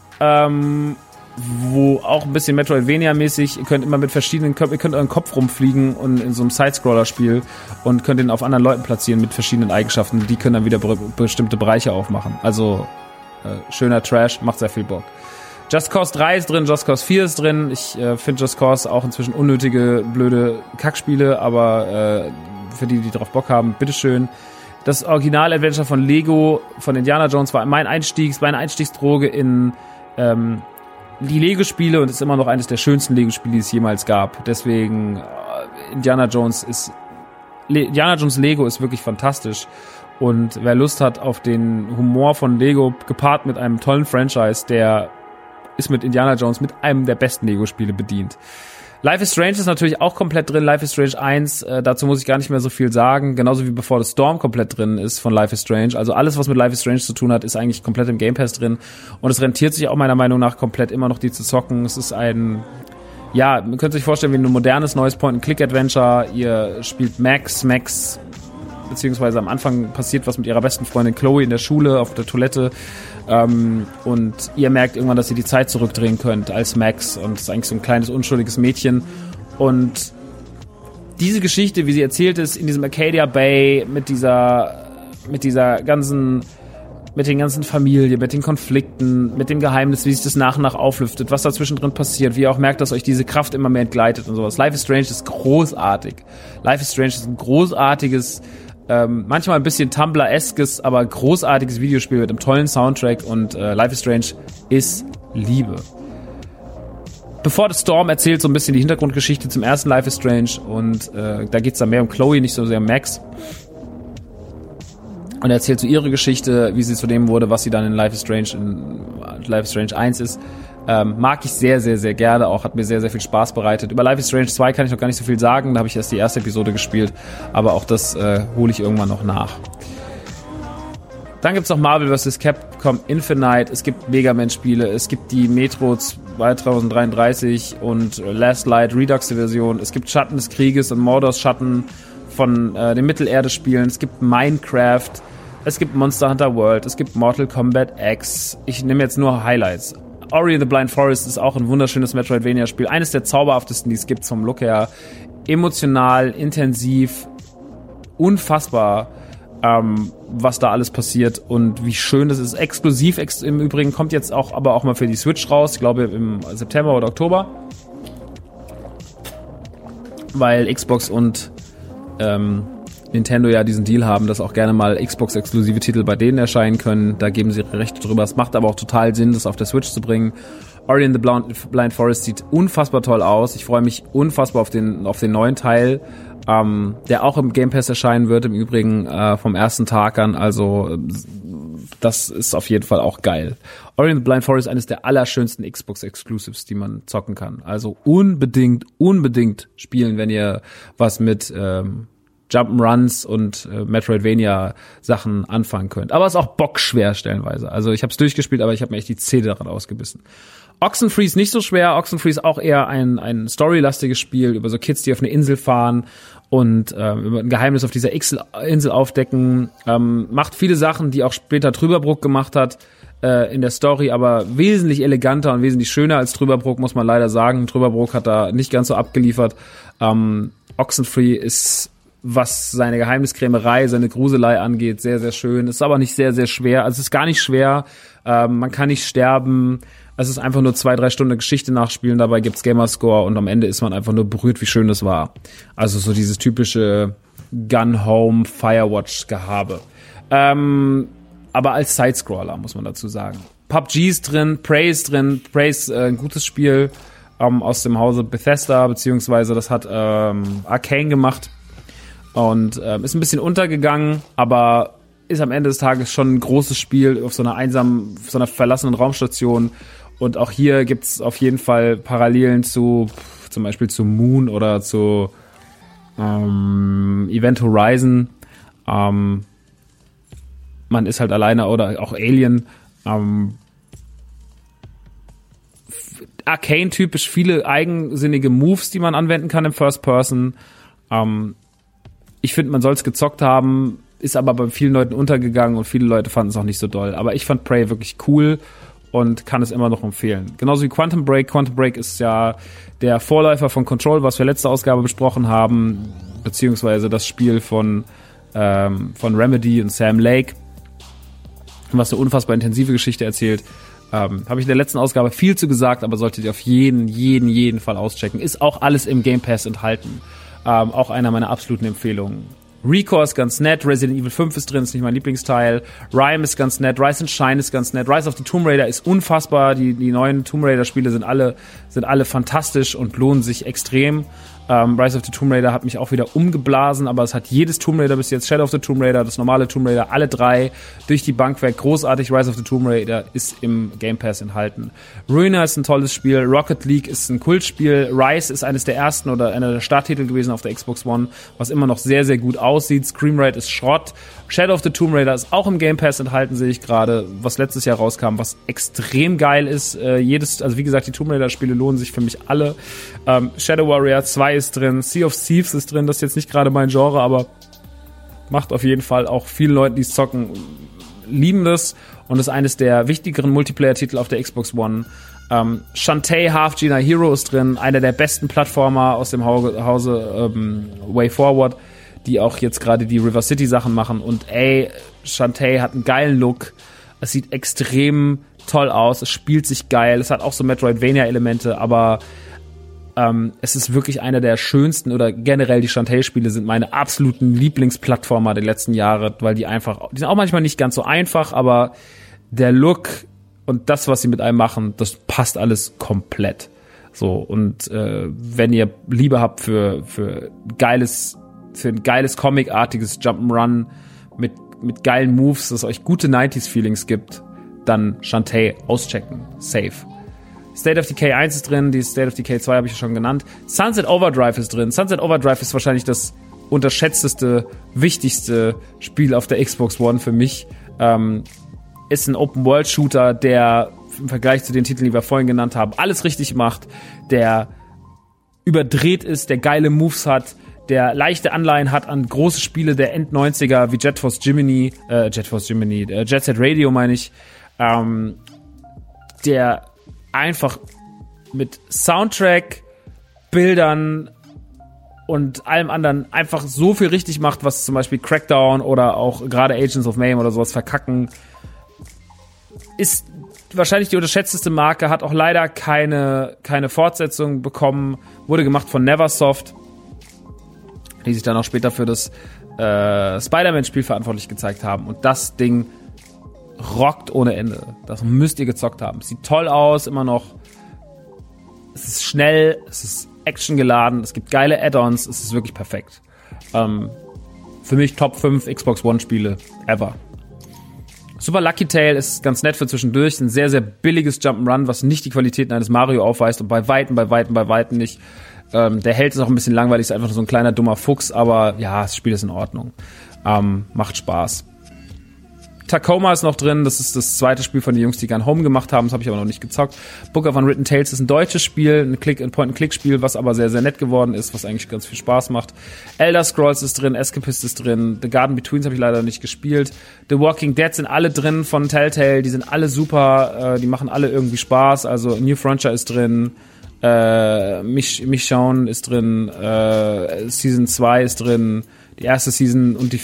wo auch ein bisschen Metroidvania-mäßig, ihr könnt euren Kopf rumfliegen und in so einem Sidescroller-Spiel und könnt ihn auf anderen Leuten platzieren mit verschiedenen Eigenschaften. Die können dann wieder bestimmte Bereiche aufmachen. Also schöner Trash, macht sehr viel Bock. Just Cause 3 ist drin, Just Cause 4 ist drin. Ich finde Just Cause auch inzwischen unnötige, blöde Kackspiele, aber für die drauf Bock haben, bitteschön. Das Original-Adventure von Lego, von Indiana Jones, war meine Einstiegsdroge in die Lego-Spiele und ist immer noch eines der schönsten Lego-Spiele, die es jemals gab. Deswegen Indiana Jones Lego ist wirklich fantastisch. Und wer Lust hat auf den Humor von Lego gepaart mit einem tollen Franchise, der ist mit Indiana Jones mit einem der besten Lego-Spiele bedient. Life is Strange ist natürlich auch komplett drin. Life is Strange 1, dazu muss ich gar nicht mehr so viel sagen. Genauso wie Before the Storm komplett drin ist von Life is Strange. Also alles, was mit Life is Strange zu tun hat, ist eigentlich komplett im Game Pass drin. Und es rentiert sich auch meiner Meinung nach komplett immer noch, die zu zocken. Es ist man könnte sich vorstellen, wie ein modernes neues Point-and-Click-Adventure. Ihr spielt Max, beziehungsweise am Anfang passiert was mit ihrer besten Freundin Chloe in der Schule, auf der Toilette. Und ihr merkt irgendwann, dass ihr die Zeit zurückdrehen könnt als Max. Und es ist eigentlich so ein kleines, unschuldiges Mädchen. Und diese Geschichte, wie sie erzählt ist, in diesem Arcadia Bay, mit den ganzen Familien, mit den Konflikten, mit dem Geheimnis, wie sich das nach und nach auflüftet, was dazwischen drin passiert, wie ihr auch merkt, dass euch diese Kraft immer mehr entgleitet und sowas. Life is Strange ist großartig. Life is Strange ist ein großartiges, manchmal ein bisschen Tumblr-eskes, aber großartiges Videospiel mit einem tollen Soundtrack und Life is Strange ist Liebe. Before the Storm erzählt so ein bisschen die Hintergrundgeschichte zum ersten Life is Strange und da geht's dann mehr um Chloe, nicht so sehr um Max. Und er erzählt so ihre Geschichte, wie sie zu dem wurde, was sie dann in Life is Strange 1 ist. Mag ich sehr, sehr, sehr gerne. Auch hat mir sehr, sehr viel Spaß bereitet. Über Life is Strange 2 kann ich noch gar nicht so viel sagen. Da habe ich erst die erste Episode gespielt. Aber auch das hole ich irgendwann noch nach. Dann gibt's noch Marvel vs. Capcom Infinite. Es gibt Mega Man-Spiele. Es gibt die Metro 2033 und Last Light Redux-Version. Es gibt Schatten des Krieges und Mordors Schatten von den Mittelerde-Spielen. Es gibt Minecraft. Es gibt Monster Hunter World. Es gibt Mortal Kombat X. Ich nehme jetzt nur Highlights. Ori and the Blind Forest ist auch ein wunderschönes Metroidvania-Spiel. Eines der zauberhaftesten, die es gibt vom Look her. Emotional, intensiv, unfassbar, was da alles passiert und wie schön das ist. Exklusiv im Übrigen, kommt jetzt aber auch mal für die Switch raus. Ich glaube im September oder Oktober. Weil Xbox und Nintendo ja diesen Deal haben, dass auch gerne mal Xbox-exklusive Titel bei denen erscheinen können. Da geben sie ihre Rechte drüber. Es macht aber auch total Sinn, das auf der Switch zu bringen. Ori and the Blind Forest sieht unfassbar toll aus. Ich freue mich unfassbar auf den neuen Teil, der auch im Game Pass erscheinen wird, im Übrigen vom ersten Tag an. Also das ist auf jeden Fall auch geil. Ori and the Blind Forest ist eines der allerschönsten Xbox-Exclusives, die man zocken kann. Also unbedingt spielen, wenn ihr was mit Jump'n'Runs und Metroidvania-Sachen anfangen könnt. Aber es ist auch bockschwer stellenweise. Also ich habe es durchgespielt, aber ich habe mir echt die Zähne daran ausgebissen. Oxenfree ist nicht so schwer. Oxenfree ist auch eher ein storylastiges Spiel über so Kids, die auf eine Insel fahren und über ein Geheimnis auf dieser Insel aufdecken. Macht viele Sachen, die auch später Trüberbrook gemacht hat in der Story, aber wesentlich eleganter und wesentlich schöner als Trüberbrook, muss man leider sagen. Trüberbrook hat da nicht ganz so abgeliefert. Oxenfree ist, was seine Geheimniskrämerei, seine Gruselei angeht, sehr, sehr schön. Ist aber nicht sehr, sehr schwer. Also es ist gar nicht schwer. Man kann nicht sterben. Es ist einfach nur 2-3 Stunden Geschichte nachspielen. Dabei gibt's Gamerscore und am Ende ist man einfach nur berührt, wie schön das war. Also so dieses typische Gun-Home Firewatch-Gehabe. Aber als Sidescroller, muss man dazu sagen. PUBG ist drin, Prey ist drin. Prey ist ein gutes Spiel aus dem Hause Bethesda, beziehungsweise das hat Arcane gemacht. Und ist ein bisschen untergegangen, aber ist am Ende des Tages schon ein großes Spiel auf so einer verlassenen Raumstation. Und auch hier gibt's auf jeden Fall Parallelen zum Beispiel zu Moon oder zu Event Horizon. Man ist halt alleine oder auch Alien. Arcane-typisch viele eigensinnige Moves, die man anwenden kann im First Person. Ich finde, man soll es gezockt haben, ist aber bei vielen Leuten untergegangen und viele Leute fanden es auch nicht so doll. Aber ich fand Prey wirklich cool und kann es immer noch empfehlen. Genauso wie Quantum Break. Quantum Break ist ja der Vorläufer von Control, was wir letzte Ausgabe besprochen haben, beziehungsweise das Spiel von Remedy und Sam Lake, was eine unfassbar intensive Geschichte erzählt. Habe ich in der letzten Ausgabe viel zu gesagt, aber solltet ihr auf jeden Fall auschecken. Ist auch alles im Game Pass enthalten. Auch einer meiner absoluten Empfehlungen. Recore ist ganz nett, Resident Evil 5 ist drin, ist nicht mein Lieblingsteil. Rime ist ganz nett, Rise and Shine ist ganz nett, Rise of the Tomb Raider ist unfassbar, die neuen Tomb Raider Spiele sind alle fantastisch und lohnen sich extrem. Rise of the Tomb Raider hat mich auch wieder umgeblasen, aber es hat jedes Tomb Raider bis jetzt, Shadow of the Tomb Raider, das normale Tomb Raider, alle 3 durch die Bank weg, großartig. Rise of the Tomb Raider ist im Game Pass enthalten. Ruiner ist ein tolles Spiel, Rocket League ist ein Kultspiel, Rise ist eines der ersten oder einer der Starttitel gewesen auf der Xbox One, was immer noch sehr, sehr gut aussieht. Scream Raid ist Schrott. Shadow of the Tomb Raider ist auch im Game Pass enthalten, sehe ich gerade, was letztes Jahr rauskam, was extrem geil ist. Also wie gesagt, die Tomb Raider Spiele lohnen sich für mich alle. Shadow Warrior 2 ist drin, Sea of Thieves ist drin, das ist jetzt nicht gerade mein Genre, aber macht auf jeden Fall auch vielen Leuten, die es zocken, lieben das und ist eines der wichtigeren Multiplayer-Titel auf der Xbox One. Shantae Half Gina Hero ist drin, einer der besten Plattformer aus dem Hause Way Forward, die auch jetzt gerade die River City Sachen machen und Shantae hat einen geilen Look, es sieht extrem toll aus, es spielt sich geil, es hat auch so Metroidvania-Elemente, aber es ist wirklich einer der schönsten oder generell die Shantae-Spiele sind meine absoluten Lieblingsplattformer der letzten Jahre, weil die sind auch manchmal nicht ganz so einfach, aber der Look und das, was sie mit einem machen, das passt alles komplett. So, und wenn ihr Liebe habt für ein geiles Comic-artiges Jump'n'Run mit geilen Moves, das euch gute 90s-Feelings gibt, dann Shantae auschecken. Safe. State of Decay 1 ist drin, die State of Decay 2 habe ich ja schon genannt. Sunset Overdrive ist drin. Sunset Overdrive ist wahrscheinlich das unterschätzteste, wichtigste Spiel auf der Xbox One für mich. Ist ein Open-World-Shooter, der im Vergleich zu den Titeln, die wir vorhin genannt haben, alles richtig macht, der überdreht ist, der geile Moves hat, der leichte Anleihen hat an große Spiele der End-90er wie Jet Set Radio meine ich, der einfach mit Soundtrack, Bildern und allem anderen einfach so viel richtig macht, was zum Beispiel Crackdown oder auch gerade Agents of Mayhem oder sowas verkacken, ist wahrscheinlich die unterschätzteste Marke, hat auch leider keine Fortsetzung bekommen, wurde gemacht von Neversoft, die sich dann auch später für das Spider-Man-Spiel verantwortlich gezeigt haben. Und das Ding rockt ohne Ende. Das müsst ihr gezockt haben. Sieht toll aus, immer noch. Es ist schnell, es ist actiongeladen, es gibt geile Add-ons, es ist wirklich perfekt. Für mich Top 5 Xbox One Spiele ever. Super Lucky Tail ist ganz nett für zwischendurch. Ein sehr, sehr billiges Jump'n'Run, was nicht die Qualitäten eines Mario aufweist und bei Weitem nicht. Der Held ist auch ein bisschen langweilig, ist einfach nur so ein kleiner, dummer Fuchs, aber ja, das Spiel ist in Ordnung. Macht Spaß. Tacoma ist noch drin, das ist das zweite Spiel von den Jungs, die Gone Home gemacht haben, das habe ich aber noch nicht gezockt. Book of Unwritten Tales ist ein deutsches Spiel, ein Point-and-Click-Spiel, was aber sehr, sehr nett geworden ist, was eigentlich ganz viel Spaß macht. Elder Scrolls ist drin, Escapist ist drin, The Garden Betweens habe ich leider nicht gespielt. The Walking Dead sind alle drin von Telltale, die sind alle super, die machen alle irgendwie Spaß, also New Frontier ist drin, Michonne ist drin, Season 2 ist drin, die erste Season und die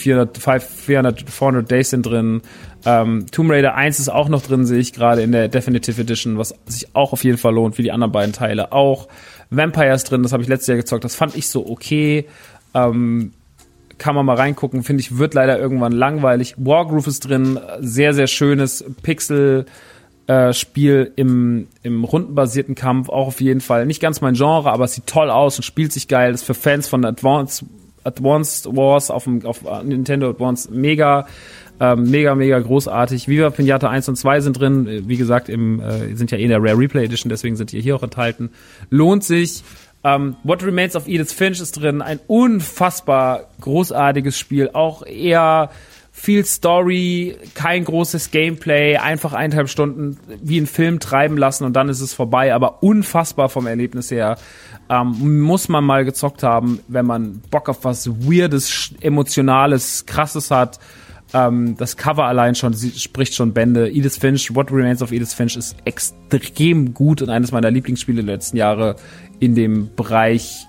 400 Days sind drin. Tomb Raider 1 ist auch noch drin, sehe ich gerade in der Definitive Edition, was sich auch auf jeden Fall lohnt, wie die anderen beiden Teile auch. Vampire ist drin, das habe ich letztes Jahr gezockt, das fand ich so okay. Kann man mal reingucken, finde ich, wird leider irgendwann langweilig. Wargroove ist drin, sehr, sehr schönes Pixel- Spiel im rundenbasierten Kampf, auch auf jeden Fall. Nicht ganz mein Genre, aber es sieht toll aus und spielt sich geil. Das ist für Fans von Advanced Wars auf Nintendo Advance mega großartig. Viva Pinata 1 und 2 sind drin. Wie gesagt, sind ja in der Rare Replay Edition, deswegen sind die hier auch enthalten. Lohnt sich. What Remains of Edith Finch ist drin. Ein unfassbar großartiges Spiel. Auch eher viel Story, kein großes Gameplay, einfach 1,5 Stunden wie ein Film treiben lassen und dann ist es vorbei, aber unfassbar vom Erlebnis her. Muss man mal gezockt haben, wenn man Bock auf was Weirdes, Emotionales, Krasses hat. Das Cover allein schon spricht schon Bände. Edith Finch, What Remains of Edith Finch ist extrem gut und eines meiner Lieblingsspiele der letzten Jahre in dem Bereich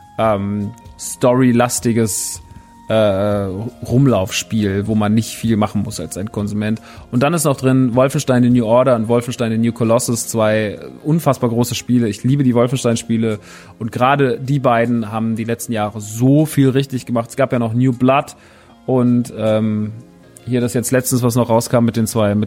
storylastiges Rumlaufspiel, wo man nicht viel machen muss als ein Konsument. Und dann ist noch drin Wolfenstein The New Order und Wolfenstein The New Colossus, 2 unfassbar große Spiele. Ich liebe die Wolfenstein-Spiele und gerade die beiden haben die letzten Jahre so viel richtig gemacht. Es gab ja noch New Blood und hier das jetzt letztens, was noch rauskam mit den zwei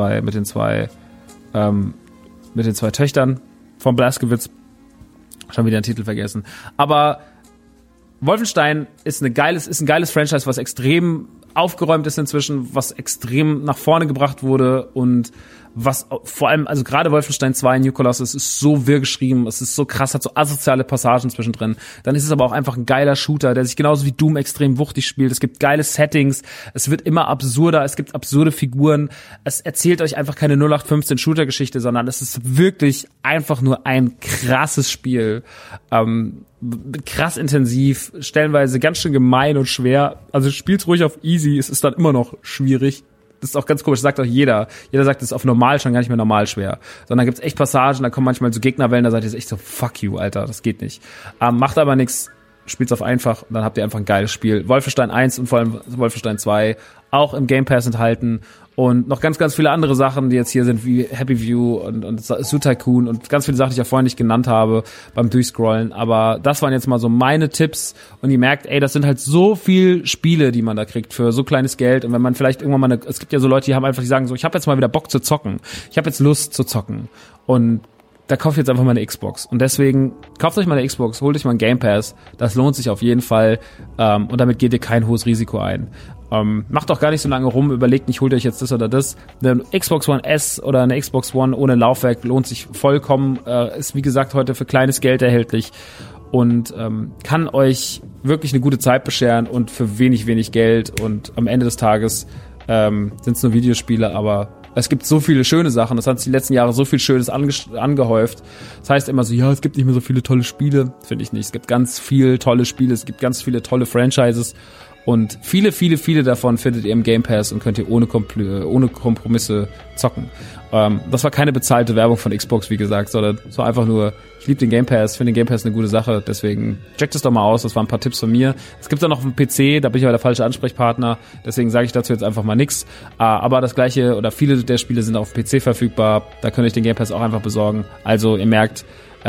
Töchtern von Blazkowicz. Schon wieder den Titel vergessen. Aber Wolfenstein ist ein geiles Franchise, was extrem aufgeräumt ist inzwischen, was extrem nach vorne gebracht wurde und was vor allem, also gerade Wolfenstein 2 New Colossus ist so wirr geschrieben, es ist so krass, hat so asoziale Passagen zwischendrin. Dann ist es aber auch einfach ein geiler Shooter, der sich genauso wie Doom extrem wuchtig spielt. Es gibt geile Settings, es wird immer absurder, es gibt absurde Figuren. Es erzählt euch einfach keine 0815 Shooter-Geschichte, sondern es ist wirklich einfach nur ein krasses Spiel. Krass intensiv, stellenweise ganz schön gemein und schwer. Also spielt's ruhig auf easy, es ist dann immer noch schwierig. Das ist auch ganz komisch, das sagt auch jeder. Jeder sagt, es ist auf normal schon gar nicht mehr normal schwer. Sondern gibt's echt Passagen, da kommen manchmal so Gegnerwellen, da seid ihr echt so, fuck you, Alter, das geht nicht. Macht aber nichts, spielt's auf einfach und dann habt ihr einfach ein geiles Spiel. Wolfenstein 1 und vor allem Wolfenstein 2 auch im Game Pass enthalten. Und noch ganz, ganz viele andere Sachen, die jetzt hier sind, wie Happy View und Zoo Tycoon und ganz viele Sachen, die ich ja vorhin nicht genannt habe beim Durchscrollen. Aber das waren jetzt mal so meine Tipps. Und ihr merkt, ey, das sind halt so viel Spiele, die man da kriegt für so kleines Geld. Und wenn man vielleicht irgendwann mal es gibt ja so Leute, die sagen so, ich habe jetzt mal wieder Bock zu zocken. Ich habe jetzt Lust zu zocken. Und da kauft ihr jetzt einfach mal eine Xbox. Und deswegen, kauft euch mal eine Xbox, holt euch mal einen Game Pass. Das lohnt sich auf jeden Fall. Und damit geht ihr kein hohes Risiko ein. Macht auch gar nicht so lange rum, überlegt nicht, holt euch jetzt das oder das. Eine Xbox One S oder eine Xbox One ohne Laufwerk lohnt sich vollkommen. Ist wie gesagt heute für kleines Geld erhältlich und kann euch wirklich eine gute Zeit bescheren und für wenig Geld. Und am Ende des Tages sind es nur Videospiele, aber es gibt so viele schöne Sachen. Das hat sich die letzten Jahre so viel Schönes angehäuft. Das heißt immer so, ja, es gibt nicht mehr so viele tolle Spiele. Finde ich nicht. Es gibt ganz viele tolle Spiele. Es gibt ganz viele tolle Franchises. Und viele davon findet ihr im Game Pass und könnt ihr ohne Kompromisse zocken. Das war keine bezahlte Werbung von Xbox, wie gesagt, sondern so einfach nur, ich liebe den Game Pass, finde den Game Pass eine gute Sache, deswegen checkt es doch mal aus, das waren ein paar Tipps von mir. Es gibt dann noch einen PC, da bin ich aber der falsche Ansprechpartner, deswegen sage ich dazu jetzt einfach mal nichts. Aber das gleiche oder viele der Spiele sind auf PC verfügbar, da könnt ihr euch den Game Pass auch einfach besorgen. Also ihr merkt,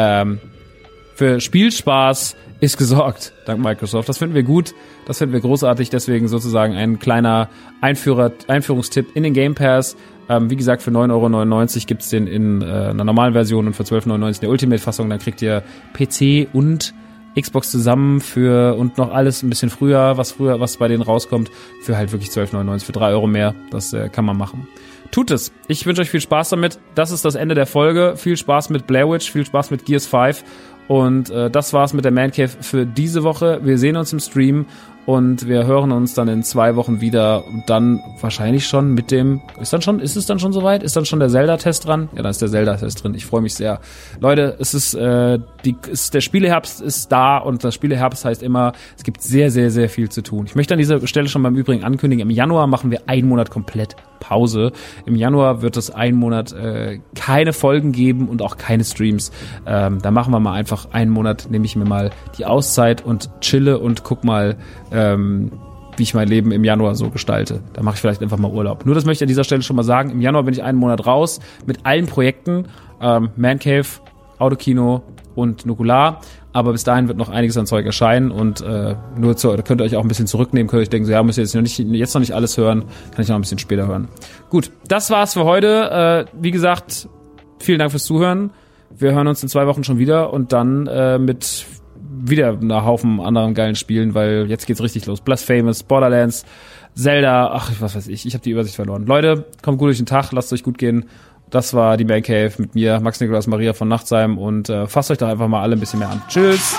für Spielspaß ist gesorgt, dank Microsoft. Das finden wir gut, das finden wir großartig, deswegen sozusagen ein kleiner Einführungstipp in den Game Pass. Wie gesagt, für 9,99 € gibt's den in einer normalen Version und für 12,99 € in der Ultimate-Fassung. Dann kriegt ihr PC und Xbox zusammen und noch alles ein bisschen früher, was bei denen rauskommt, für halt wirklich 12,99 €, für 3 € mehr. Das kann man machen. tut es. Ich wünsche euch viel Spaß damit. Das ist das Ende der Folge. Viel Spaß mit Blair Witch, viel Spaß mit Gears 5. Und das war's mit der Man Cave für diese Woche. Wir sehen uns im Stream und wir hören uns dann in 2 Wochen wieder und dann wahrscheinlich schon mit dem, ist es dann schon soweit? Ist dann schon der Zelda-Test dran? Ja, dann ist der Zelda-Test drin. Ich freue mich sehr. Leute, es ist, der Spieleherbst ist da und das Spieleherbst heißt immer, es gibt sehr, sehr, sehr viel zu tun. Ich möchte an dieser Stelle schon beim Übrigen ankündigen, im Januar machen wir 1 Monat komplett Pause. Im Januar wird es 1 Monat keine Folgen geben und auch keine Streams. Da machen wir mal einfach 1 Monat, nehme ich mir mal die Auszeit und chille und guck mal, wie ich mein Leben im Januar so gestalte. Da mache ich vielleicht einfach mal Urlaub. Nur das möchte ich an dieser Stelle schon mal sagen. Im Januar bin ich 1 Monat raus mit allen Projekten. Man Cave, Autokino und Nukular. Aber bis dahin wird noch einiges an Zeug erscheinen und da könnt ihr euch auch ein bisschen zurücknehmen, könnt ihr euch denken, so, ja, müsst ihr jetzt noch nicht alles hören, kann ich noch ein bisschen später hören. Gut, das war's für heute. Wie gesagt, vielen Dank fürs Zuhören. Wir hören uns in 2 Wochen schon wieder und dann mit wieder einer Haufen anderen geilen Spielen, weil jetzt geht's richtig los. Blasphemous, Borderlands, Zelda, ach, was weiß ich habe die Übersicht verloren. Leute, kommt gut durch den Tag, lasst es euch gut gehen. Das war die Man Cave mit mir, Max Nikolaus Maria von Nachtsheim und fasst euch doch einfach mal alle ein bisschen mehr an. Tschüss!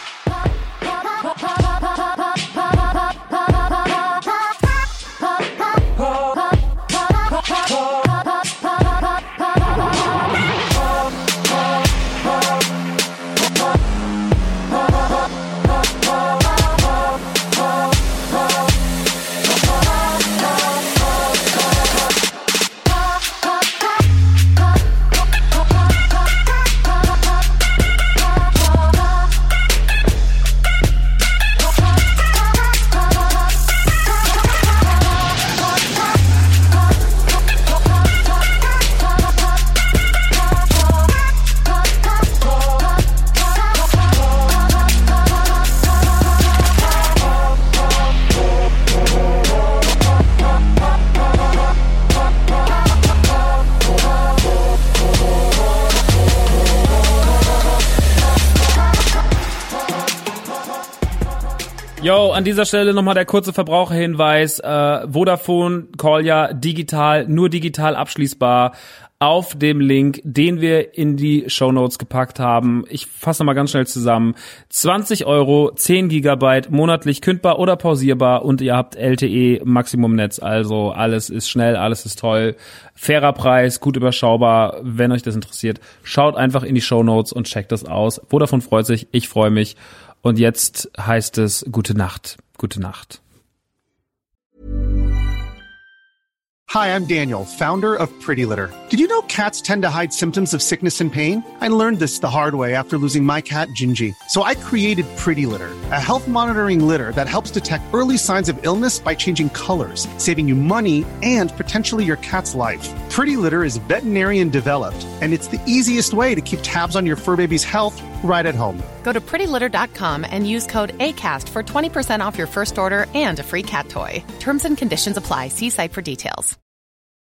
Yo, an dieser Stelle nochmal der kurze Verbraucherhinweis. Vodafone Call ja digital, nur digital abschließbar auf dem Link, den wir in die Shownotes gepackt haben. Ich fasse nochmal ganz schnell zusammen. 20 €, 10 Gigabyte, monatlich kündbar oder pausierbar und ihr habt LTE Maximumnetz. Also alles ist schnell, alles ist toll. Fairer Preis, gut überschaubar. Wenn euch das interessiert, schaut einfach in die Shownotes und checkt das aus. Vodafone freut sich, ich freue mich. Und jetzt heißt es gute Nacht. Gute Nacht. Hi, I'm Daniel, founder of Pretty Litter. Did you know cats tend to hide symptoms of sickness and pain? I learned this the hard way after losing my cat, Gingy. So I created Pretty Litter, a health monitoring litter that helps detect early signs of illness by changing colors, saving you money and potentially your cat's life. Pretty Litter is veterinarian developed, and it's the easiest way to keep tabs on your fur baby's health right at home. Go to prettylitter.com and use code ACAST for 20% off your first order and a free cat toy. Terms and conditions apply. See site for details.